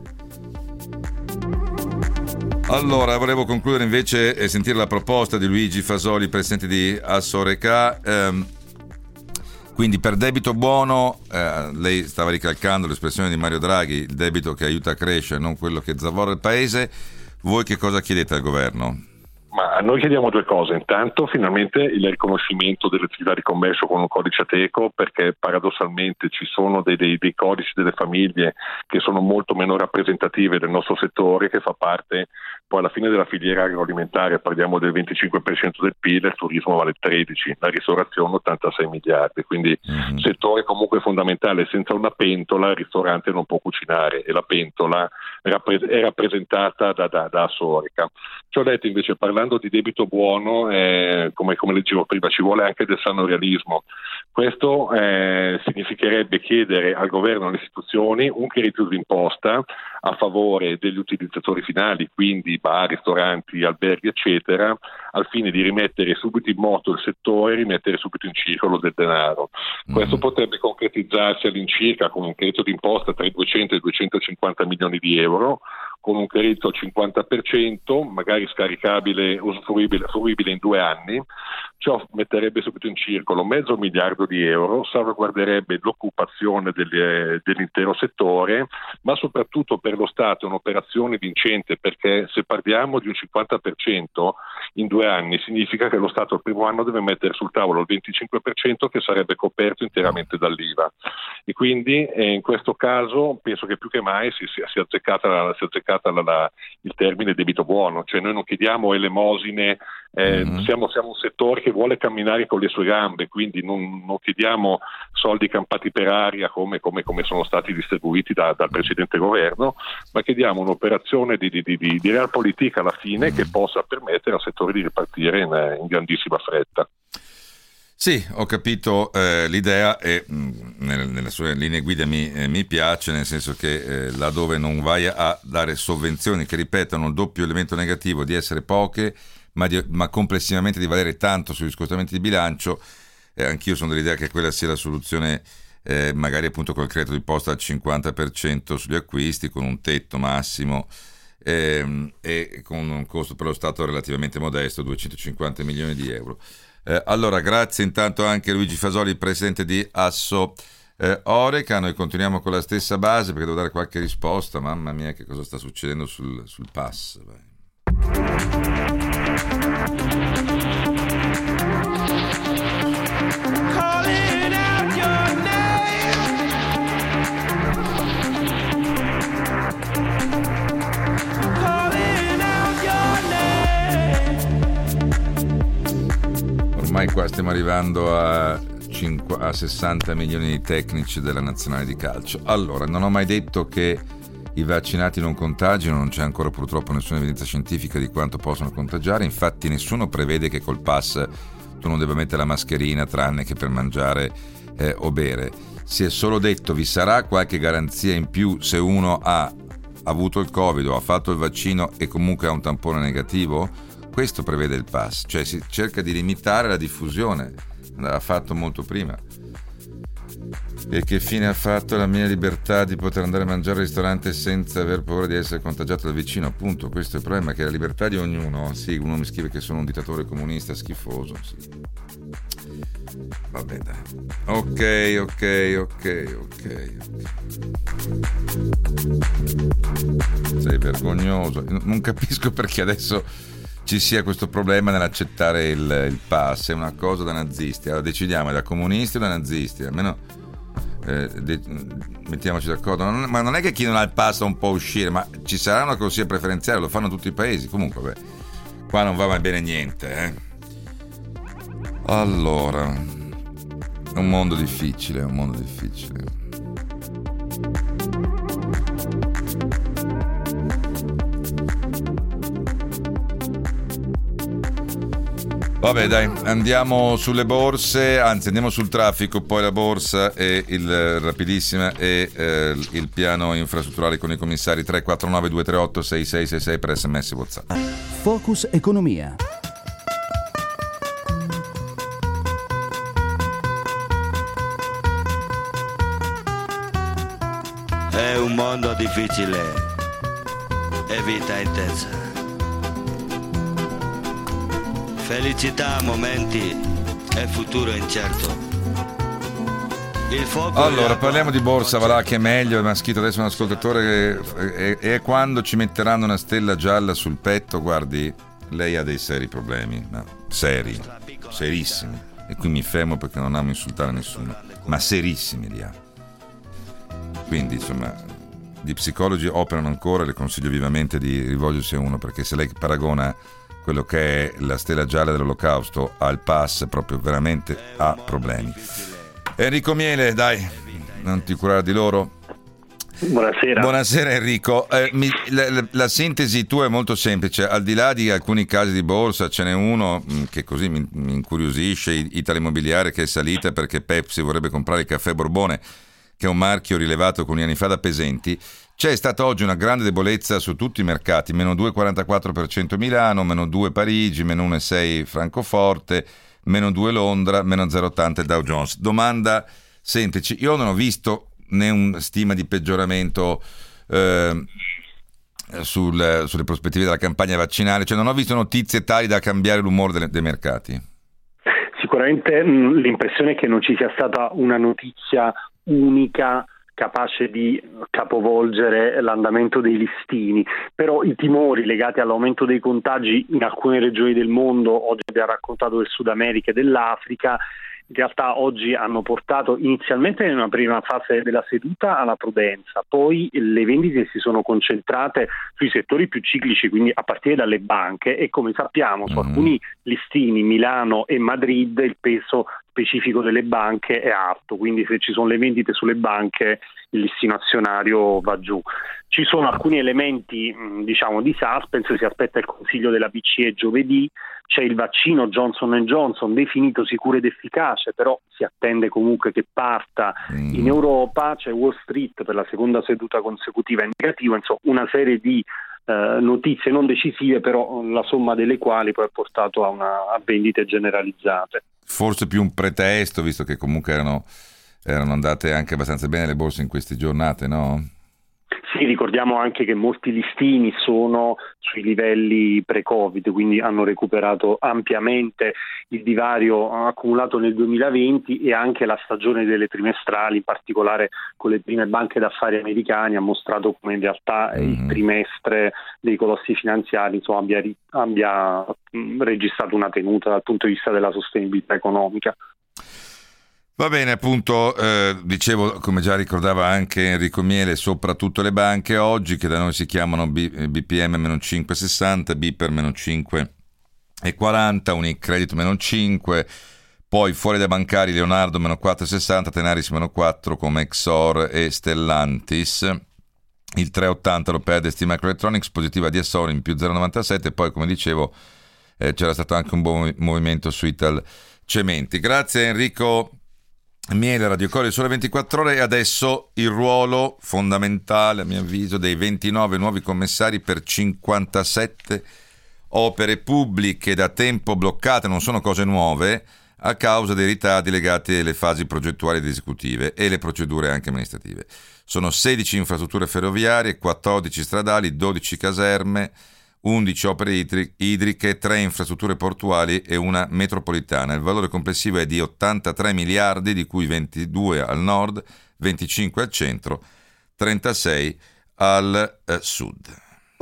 Allora, volevo concludere invece e sentire la proposta di Luigi Fasoli, presidente di Assoreca. Ehm, Quindi per debito buono, eh, lei stava ricalcando l'espressione di Mario Draghi, il debito che aiuta a crescere, non quello che zavorra il paese. Voi che cosa chiedete al governo? Ma noi chiediamo due cose: intanto finalmente il riconoscimento delle attività di commercio con un codice Ateco, perché paradossalmente ci sono dei, dei, dei codici delle famiglie che sono molto meno rappresentative del nostro settore, che fa parte poi alla fine della filiera agroalimentare. Parliamo del venticinque per cento del P I L, il turismo vale tredici, la ristorazione ottantasei miliardi, quindi mm-hmm. settore comunque fondamentale. Senza una pentola il ristorante non può cucinare, e la pentola è rappresentata da, da, da Asorica. Ci ho detto invece, parlando di debito buono, eh, come, come leggevo prima, ci vuole anche del sano realismo. Questo eh, significherebbe chiedere al governo e alle istituzioni un credito d'imposta a favore degli utilizzatori finali, quindi bar, ristoranti, alberghi eccetera, al fine di rimettere subito in moto il settore e rimettere subito in circolo del denaro. Mm. Questo potrebbe concretizzarsi all'incirca con un credito d'imposta tra i duecento e i duecentocinquanta milioni di euro, con un credito al cinquanta per cento, magari scaricabile, usufruibile, fruibile in due anni. Ciò metterebbe subito in circolo mezzo miliardo di euro, salvaguarderebbe l'occupazione delle, dell'intero settore, ma soprattutto per lo Stato è un'operazione vincente, perché se parliamo di un cinquanta per cento in due anni significa che lo Stato il primo anno deve mettere sul tavolo il venticinque per cento, che sarebbe coperto interamente dall'I V A. E quindi eh, in questo caso penso che più che mai si sia si azzeccata, si azzeccata la, la, il termine debito buono, cioè noi non chiediamo elemosine, eh, mm-hmm. siamo, siamo un settore che vuole camminare con le sue gambe, quindi non, non chiediamo soldi campati per aria come, come, come sono stati distribuiti da, dal precedente governo, ma chiediamo un'operazione di, di, di, di realpolitik alla fine mm-hmm. che possa permettere al settore di ripartire in, in grandissima fretta. Sì, ho capito eh, l'idea e mh, nelle, nelle sue linee guida mi, eh, mi piace, nel senso che eh, laddove non vai a dare sovvenzioni che ripetano il doppio elemento negativo di essere poche, ma, di, ma complessivamente di valere tanto sugli scostamenti di bilancio, eh, anch'io sono dell'idea che quella sia la soluzione, eh, magari appunto col credito d'imposta al cinquanta per cento sugli acquisti, con un tetto massimo ehm, e con un costo per lo Stato relativamente modesto, duecentocinquanta milioni di euro. Eh, allora, grazie intanto anche a Luigi Fasoli, presidente di Asso eh, Oreca. Noi continuiamo con la stessa base perché devo dare qualche risposta. Mamma mia, che cosa sta succedendo sul, sul P A S. Vai. Ormai qua stiamo arrivando a, cinque, a sessanta milioni di tecnici della nazionale di calcio. Allora, non ho mai detto che i vaccinati non contagino, non c'è ancora purtroppo nessuna evidenza scientifica di quanto possono contagiare, infatti nessuno prevede che col pass tu non debba mettere la mascherina tranne che per mangiare eh, o bere. Si è solo detto vi sarà qualche garanzia in più se uno ha avuto il Covid o ha fatto il vaccino e comunque ha un tampone negativo? Questo prevede il pass, cioè si cerca di limitare la diffusione, l'ha fatto molto prima. E che fine ha fatto la mia libertà di poter andare a mangiare al ristorante senza aver paura di essere contagiato dal vicino? Appunto, questo è il problema, che la libertà di ognuno. Sì, uno mi scrive che sono un dittatore comunista schifoso, sì. Vabbè, dai. Ok, ok, ok, ok. Sei vergognoso. Non capisco perché adesso ci sia questo problema nell'accettare il, il pass. È una cosa da nazisti. Allora decidiamo, è da comunisti o da nazisti? Almeno eh, de- mettiamoci d'accordo. Non, ma non è che chi non ha il pass non può uscire, ma ci sarà una corsia preferenziale, lo fanno tutti i paesi. Comunque, beh, qua non va mai bene niente, eh. Allora, è un mondo difficile, è un mondo difficile. Vabbè, dai, andiamo sulle borse, anzi andiamo sul traffico, poi la borsa e il rapidissima e eh, il piano infrastrutturale con i commissari. Tre quattro nove due tre otto sei sei sei sei per sms WhatsApp. Focus Economia. È un mondo difficile e vita intensa. Felicità, momenti e futuro incerto. Il fuoco. Allora, parliamo di borsa, va là che è meglio, mi ha scritto adesso un ascoltatore che è, è quando ci metteranno una stella gialla sul petto, guardi, lei ha dei seri problemi, no? seri, serissimi, e qui mi fermo perché non amo insultare nessuno, ma serissimi li ha. Quindi insomma, gli psicologi operano ancora, le consiglio vivamente di rivolgersi a uno, perché se lei paragona quello che è la stella gialla dell'Olocausto al pass, proprio veramente ha problemi. Enrico Miele, dai, non ti curare di loro. Buonasera. Buonasera Enrico. Eh, mi, la, la, la sintesi tua è molto semplice. Al di là di alcuni casi di borsa, ce n'è uno mh, che così mi, mi incuriosisce, Italia Immobiliare, che è salita perché Pepsi vorrebbe comprare il caffè Borbone, che è un marchio rilevato alcuni anni fa da Pesenti. C'è stata oggi una grande debolezza su tutti i mercati, meno due virgola quarantaquattro per cento Milano, meno due Parigi, meno uno virgola sei Francoforte, meno due Londra, meno zero virgola ottanta il Dow Jones. Domanda semplice, io non ho visto né un stima di peggioramento eh, sul, sulle prospettive della campagna vaccinale, cioè non ho visto notizie tali da cambiare l'umore delle, dei mercati. Sicuramente mh, l'impressione è che non ci sia stata una notizia unica capace di capovolgere l'andamento dei listini, però i timori legati all'aumento dei contagi in alcune regioni del mondo, oggi abbiamo raccontato del Sud America e dell'Africa, in realtà oggi hanno portato inizialmente in una prima fase della seduta alla prudenza, poi le vendite si sono concentrate sui settori più ciclici, quindi a partire dalle banche, e come sappiamo su alcuni listini, Milano e Madrid, il peso specifico delle banche è alto, quindi se ci sono le vendite sulle banche il listino azionario va giù. Ci sono alcuni elementi diciamo di suspense, si aspetta il consiglio della B C E giovedì, c'è il vaccino Johnson and Johnson definito sicuro ed efficace, però si attende comunque che parta mm. in Europa, c'è Wall Street per la seconda seduta consecutiva in negativo, insomma una serie di eh, notizie non decisive, però la somma delle quali poi ha portato a, una, a vendite generalizzate. Forse più un pretesto, visto che comunque erano, erano andate anche abbastanza bene le borse in queste giornate, no? Sì, ricordiamo anche che molti listini sono sui livelli pre-Covid, quindi hanno recuperato ampiamente il divario accumulato nel duemilaventi, e anche la stagione delle trimestrali, in particolare con le prime banche d'affari americane, ha mostrato come in realtà mm. il trimestre dei colossi finanziari insomma, abbia, abbia registrato una tenuta dal punto di vista della sostenibilità economica. Va bene, appunto, eh, dicevo, come già ricordava anche Enrico Miele, soprattutto le banche oggi, che da noi si chiamano B- B P M meno cinque virgola sessanta, Biper meno cinque virgola quaranta, Unicredit meno cinque, poi fuori dai bancari Leonardo meno quattro virgola sessanta, Tenaris meno quattro come Exor e Stellantis. Il tre virgola ottanta lo perde STMicroelectronics, positiva di Essor in più zero virgola novantasette, poi come dicevo eh, c'era stato anche un buon movimento su Ital Cementi. Grazie Enrico Miele, Radio Core, Sole ventiquattro Ore. E adesso il ruolo fondamentale, a mio avviso, dei ventinove nuovi commissari per cinquantasette opere pubbliche da tempo bloccate, non sono cose nuove, a causa dei ritardi legati alle fasi progettuali ed esecutive e le procedure anche amministrative. Sono sedici infrastrutture ferroviarie, quattordici stradali, dodici caserme, undici opere idriche, tre infrastrutture portuali e una metropolitana. Il valore complessivo è di ottantatré miliardi, di cui ventidue al nord, venticinque al centro, trentasei al eh, sud.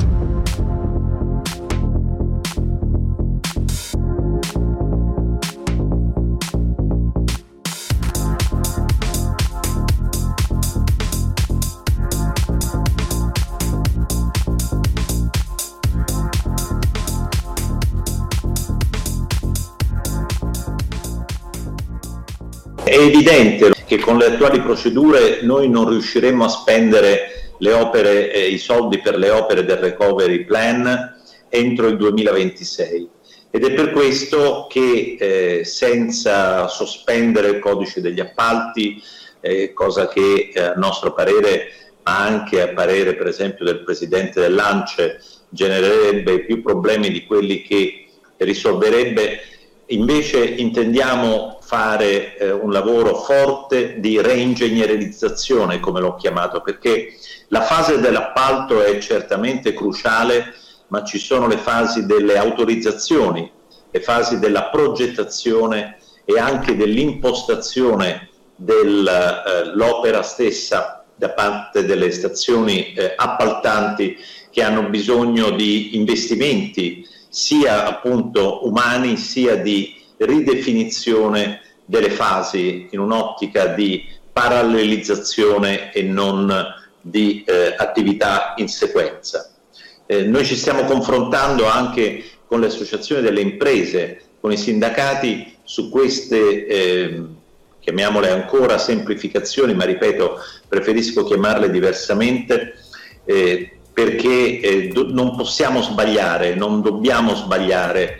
È evidente che con le attuali procedure noi non riusciremo a spendere le opere, eh, i soldi per le opere del recovery plan entro il duemilaventisei, ed è per questo che eh, senza sospendere il codice degli appalti, eh, cosa che eh, a nostro parere, ma anche a parere per esempio del presidente dell'ANCE, genererebbe più problemi di quelli che risolverebbe, invece intendiamo fare eh, un lavoro forte di reingegnerizzazione, come l'ho chiamato, perché la fase dell'appalto è certamente cruciale, ma ci sono le fasi delle autorizzazioni, le fasi della progettazione e anche dell'impostazione dell'opera eh, stessa da parte delle stazioni eh, appaltanti, che hanno bisogno di investimenti sia appunto umani, sia di ridefinizione delle fasi in un'ottica di parallelizzazione e non di eh, attività in sequenza. Eh, noi ci stiamo confrontando anche con le associazioni delle imprese, con i sindacati su queste, eh, chiamiamole ancora semplificazioni, ma ripeto, preferisco chiamarle diversamente, eh, perché eh, do- non possiamo sbagliare, non dobbiamo sbagliare.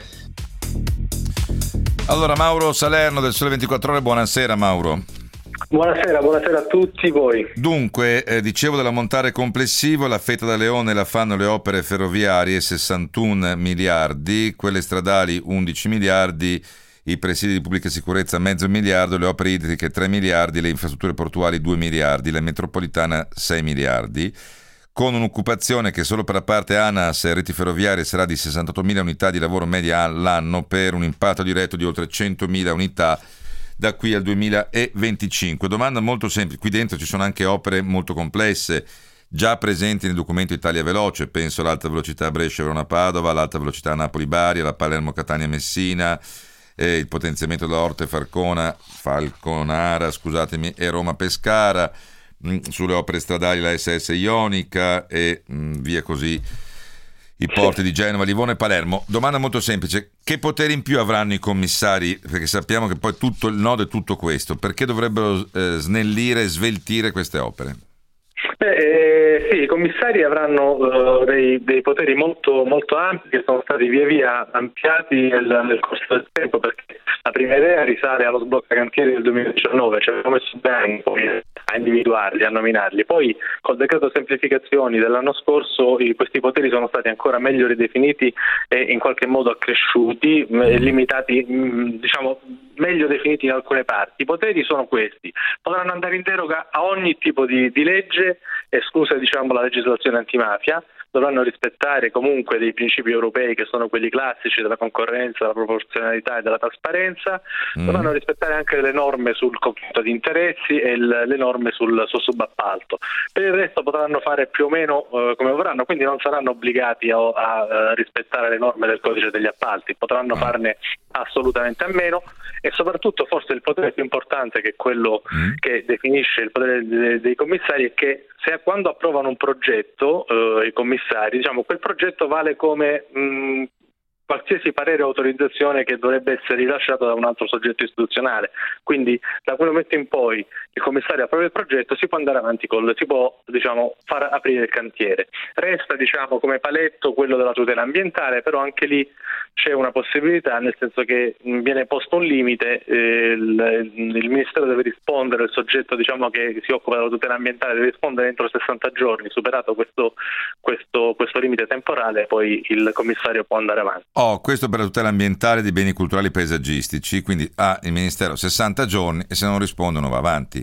Allora, Mauro Salerno del Sole ventiquattro Ore, buonasera Mauro. Buonasera, buonasera a tutti voi. Dunque, eh, dicevo dell'ammontare complessivo, la fetta da leone la fanno le opere ferroviarie, sessantuno miliardi, quelle stradali undici miliardi, i presidi di pubblica sicurezza mezzo miliardo, le opere idriche tre miliardi, le infrastrutture portuali due miliardi, la metropolitana sei miliardi, con un'occupazione che solo per la parte ANAS e reti ferroviarie sarà di sessantottomila unità di lavoro media all'anno, per un impatto diretto di oltre centomila unità da qui al duemilaventicinque. Domanda molto semplice, qui dentro ci sono anche opere molto complesse, già presenti nel documento Italia Veloce, penso all'alta velocità Brescia-Verona-Padova, all'alta velocità Napoli-Bari, alla Palermo-Catania-Messina, eh, il potenziamento della Orte-Falcona, Falconara, scusatemi, e Roma-Pescara, mh, sulle opere stradali la S S Ionica e mh, via così, i porti di Genova, Livorno e Palermo. Domanda molto semplice: che poteri in più avranno i commissari? Perché sappiamo che poi tutto il nodo è tutto questo. Perché dovrebbero eh, snellire e sveltire queste opere? Beh, eh, sì, i commissari avranno uh, dei, dei poteri molto, molto ampi, che sono stati via via ampliati nel, nel corso del tempo, perché la prima idea risale allo sblocca cantieri del duemiladiciannove, ci avevamo messo bene poi a individuarli, a nominarli. Poi col decreto semplificazioni dell'anno scorso i, questi poteri sono stati ancora meglio ridefiniti e in qualche modo accresciuti, mh, limitati, mh, diciamo meglio definiti in alcune parti. I poteri sono questi: potranno andare in deroga a ogni tipo di, di legge, esclusa diciamo la legislazione antimafia, dovranno rispettare comunque dei principi europei che sono quelli classici della concorrenza, della proporzionalità e della trasparenza, mm. dovranno rispettare anche le norme sul conflitto di interessi e il, le norme sul, sul subappalto. Per il resto potranno fare più o meno eh, come vorranno, quindi non saranno obbligati a, a, a rispettare le norme del codice degli appalti, potranno farne assolutamente a meno. E soprattutto forse il potere più importante, che è quello mm. che definisce il potere dei, dei commissari, è che se quando approvano un progetto eh, i commissari, diciamo, quel progetto vale come mh, qualsiasi parere o autorizzazione che dovrebbe essere rilasciato da un altro soggetto istituzionale. Quindi da quel momento in poi il commissario approva il progetto, si può andare avanti col, si può diciamo far aprire il cantiere. Resta diciamo come paletto quello della tutela ambientale, però anche lì c'è una possibilità, nel senso che viene posto un limite, eh, il, il Ministero deve rispondere, il soggetto diciamo che si occupa della tutela ambientale deve rispondere entro sessanta giorni, superato questo, questo, questo limite temporale, poi il commissario può andare avanti. Oh, questo per la tutela ambientale dei beni culturali paesaggistici, quindi ha ah, il Ministero sessanta giorni e se non rispondono va avanti.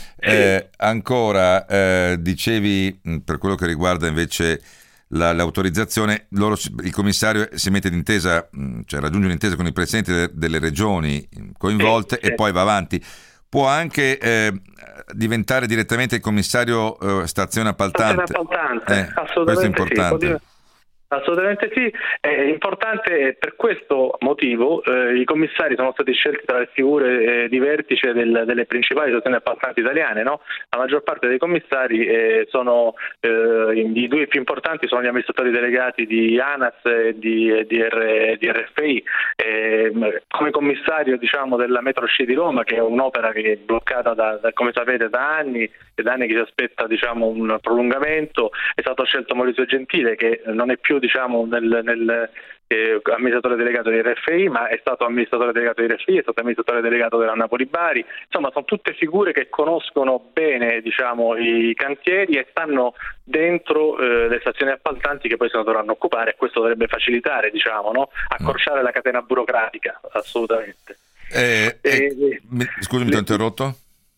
Eh, ancora, eh, dicevi per quello che riguarda invece la, l'autorizzazione, loro, il commissario si mette d'intesa, cioè raggiunge un'intesa con i presidenti de, delle regioni coinvolte e poi va avanti. Può anche eh, diventare direttamente il commissario eh, stazione appaltante. Stazione appaltante, eh, assolutamente questo è importante. Sì, assolutamente sì, è importante e per questo motivo eh, i commissari sono stati scelti tra le figure eh, di vertice del, delle principali stazioni appaltanti italiane, no? La maggior parte dei commissari eh, sono eh, i due più importanti sono gli amministratori delegati di ANAS e di, di, R, di R F I. Eh, come commissario diciamo della metro sci di Roma, che è un'opera che è bloccata da, da come sapete da anni e da anni che si aspetta diciamo un prolungamento, è stato scelto Maurizio Gentile, che non è più diciamo nel, nel eh, amministratore delegato di R F I, ma è stato amministratore delegato di R F I, è stato amministratore delegato della Napoli-Bari. Insomma, sono tutte figure che conoscono bene diciamo i cantieri e stanno dentro eh, le stazioni appaltanti che poi se ne dovranno occupare, e questo dovrebbe facilitare diciamo no? accorciare la catena burocratica, assolutamente. Eh, eh, eh, scusi, mi ho interrotto?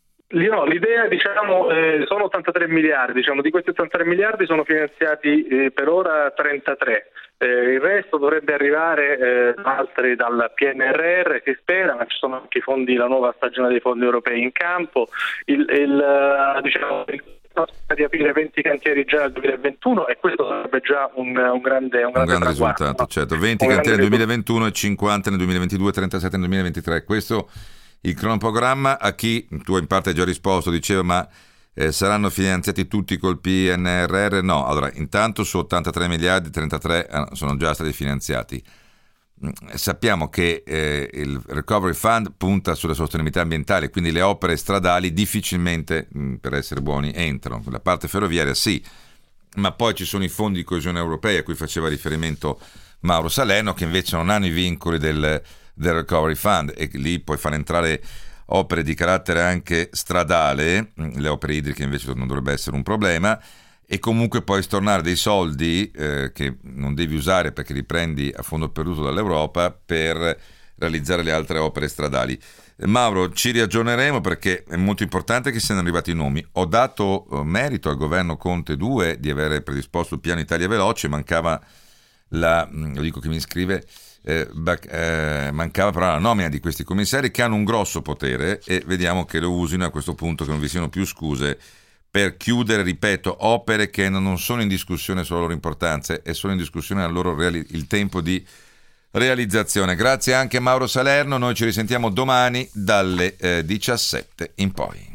No, l'idea diciamo eh, sono ottantatré miliardi, diciamo di questi ottantatré miliardi sono finanziati eh, per ora trentatré, eh, il resto dovrebbe arrivare eh, altri dal P N R R, si spera, ma ci sono anche i fondi, la nuova stagione dei fondi europei in campo. Il, il, diciamo, sono stati aprire venti cantieri già nel duemilaventuno e questo sarebbe già un, un grande, un grande, un grande traguardo, risultato, no? certo. venti un cantieri nel grande duemilaventuno e cinquanta nel duemilaventidue, trentasette nel duemilaventitré. Questo il cronoprogramma. A chi tu in parte hai già risposto, diceva ma eh, saranno finanziati tutti col P N R R? No, allora intanto su ottantatré miliardi trentatré sono già stati finanziati. Sappiamo che eh, il Recovery Fund punta sulla sostenibilità ambientale, quindi le opere stradali difficilmente, mh, per essere buoni, entrano. La parte ferroviaria sì, ma poi ci sono i fondi di coesione europea a cui faceva riferimento Mauro Salerno, che invece non hanno i vincoli del, del Recovery Fund, e lì puoi far entrare opere di carattere anche stradale, le opere idriche invece non dovrebbe essere un problema, e comunque puoi stornare dei soldi eh, che non devi usare perché li prendi a fondo perduto dall'Europa per realizzare le altre opere stradali. Eh, Mauro, ci riaggiorneremo perché è molto importante che siano arrivati i nomi. Ho dato eh, merito al governo Conte due di aver predisposto il piano Italia Veloce, mancava la, lo dico che mi scrive, eh, bac, eh, mancava però la nomina di questi commissari che hanno un grosso potere e vediamo che lo usino a questo punto, che non vi siano più scuse per chiudere, ripeto, opere che non sono in discussione sulla loro importanza e sono in discussione la loro reali- il tempo di realizzazione. Grazie anche a Mauro Salerno, noi ci risentiamo domani dalle eh, diciassette in poi.